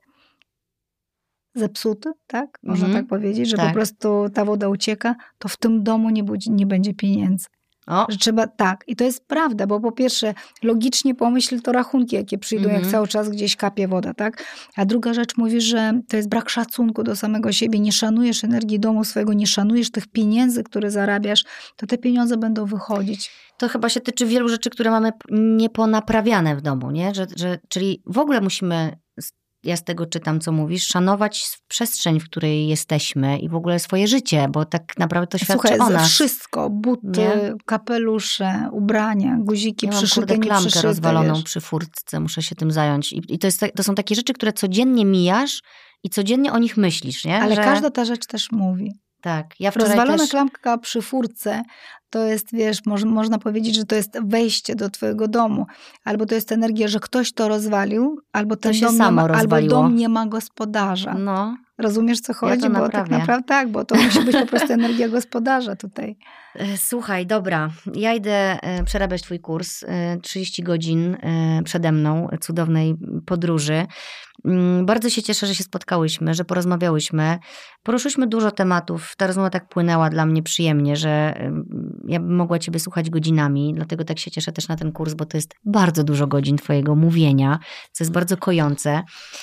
zepsuty, tak? Można tak powiedzieć, że po prostu ta woda ucieka, to w tym domu nie będzie pieniędzy. Że trzeba, tak. I to jest prawda, bo po pierwsze logicznie pomyśl to rachunki, jakie przyjdą, jak cały czas gdzieś kapie woda, tak? A druga rzecz mówi, że to jest brak szacunku do samego siebie, nie szanujesz energii domu swojego, nie szanujesz tych pieniędzy, które zarabiasz, to te pieniądze będą wychodzić. To chyba się tyczy wielu rzeczy, które mamy nieponaprawiane w domu, nie? Czyli w ogóle musimy, ja z tego czytam, co mówisz, szanować przestrzeń, w której jesteśmy i w ogóle swoje życie, bo tak naprawdę to świadczy o nas. Wszystko, buty, kapelusze, ubrania, guziki przyszyte, nie klamkę przyszyte, rozwaloną wiesz. przy furtce, muszę się tym zająć. I to są takie rzeczy, które codziennie mijasz i codziennie o nich myślisz, nie? Ale każda ta rzecz też mówi. Tak. Ja wczoraj rozwalona klamka przy furce to jest, wiesz, można powiedzieć, że to jest wejście do twojego domu. Albo to jest energia, że ktoś to rozwalił, albo ten dom nie ma gospodarza. No. Rozumiesz, co chodzi? Bo tak naprawdę tak, bo to musi być po prostu energia gospodarza tutaj. Słuchaj, dobra, ja idę przerabiać twój kurs, 30 godzin przede mną, cudownej podróży. Bardzo się cieszę, że się spotkałyśmy, że porozmawiałyśmy. Poruszyliśmy dużo tematów, ta rozmowa tak płynęła dla mnie przyjemnie, że ja bym mogła ciebie słuchać godzinami, dlatego tak się cieszę też na ten kurs, bo to jest bardzo dużo godzin twojego mówienia, co jest bardzo kojące.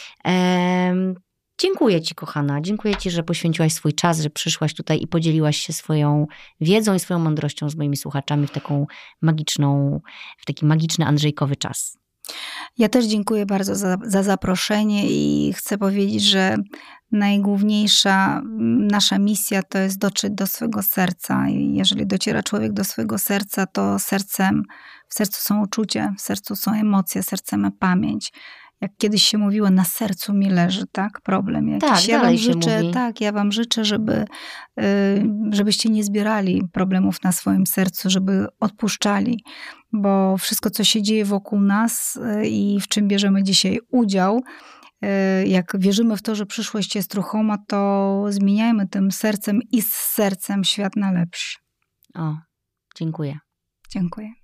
Dziękuję ci, kochana. Dziękuję ci, że poświęciłaś swój czas, że przyszłaś tutaj i podzieliłaś się swoją wiedzą i swoją mądrością z moimi słuchaczami w taki magiczny andrzejkowy czas. Ja też dziękuję bardzo za zaproszenie i chcę powiedzieć, że najgłówniejsza nasza misja to jest dotrzeć do swojego serca. I jeżeli dociera człowiek do swojego serca, to w sercu są uczucia, w sercu są emocje, serce ma pamięć. Jak kiedyś się mówiło, na sercu mi leży, tak, problem jakiś. Tak, ja wam życzę, żebyście nie zbierali problemów na swoim sercu, żeby odpuszczali, bo wszystko, co się dzieje wokół nas i w czym bierzemy dzisiaj udział, jak wierzymy w to, że przyszłość jest ruchoma, to zmieniajmy tym sercem i z sercem świat na lepszy. O, dziękuję. Dziękuję.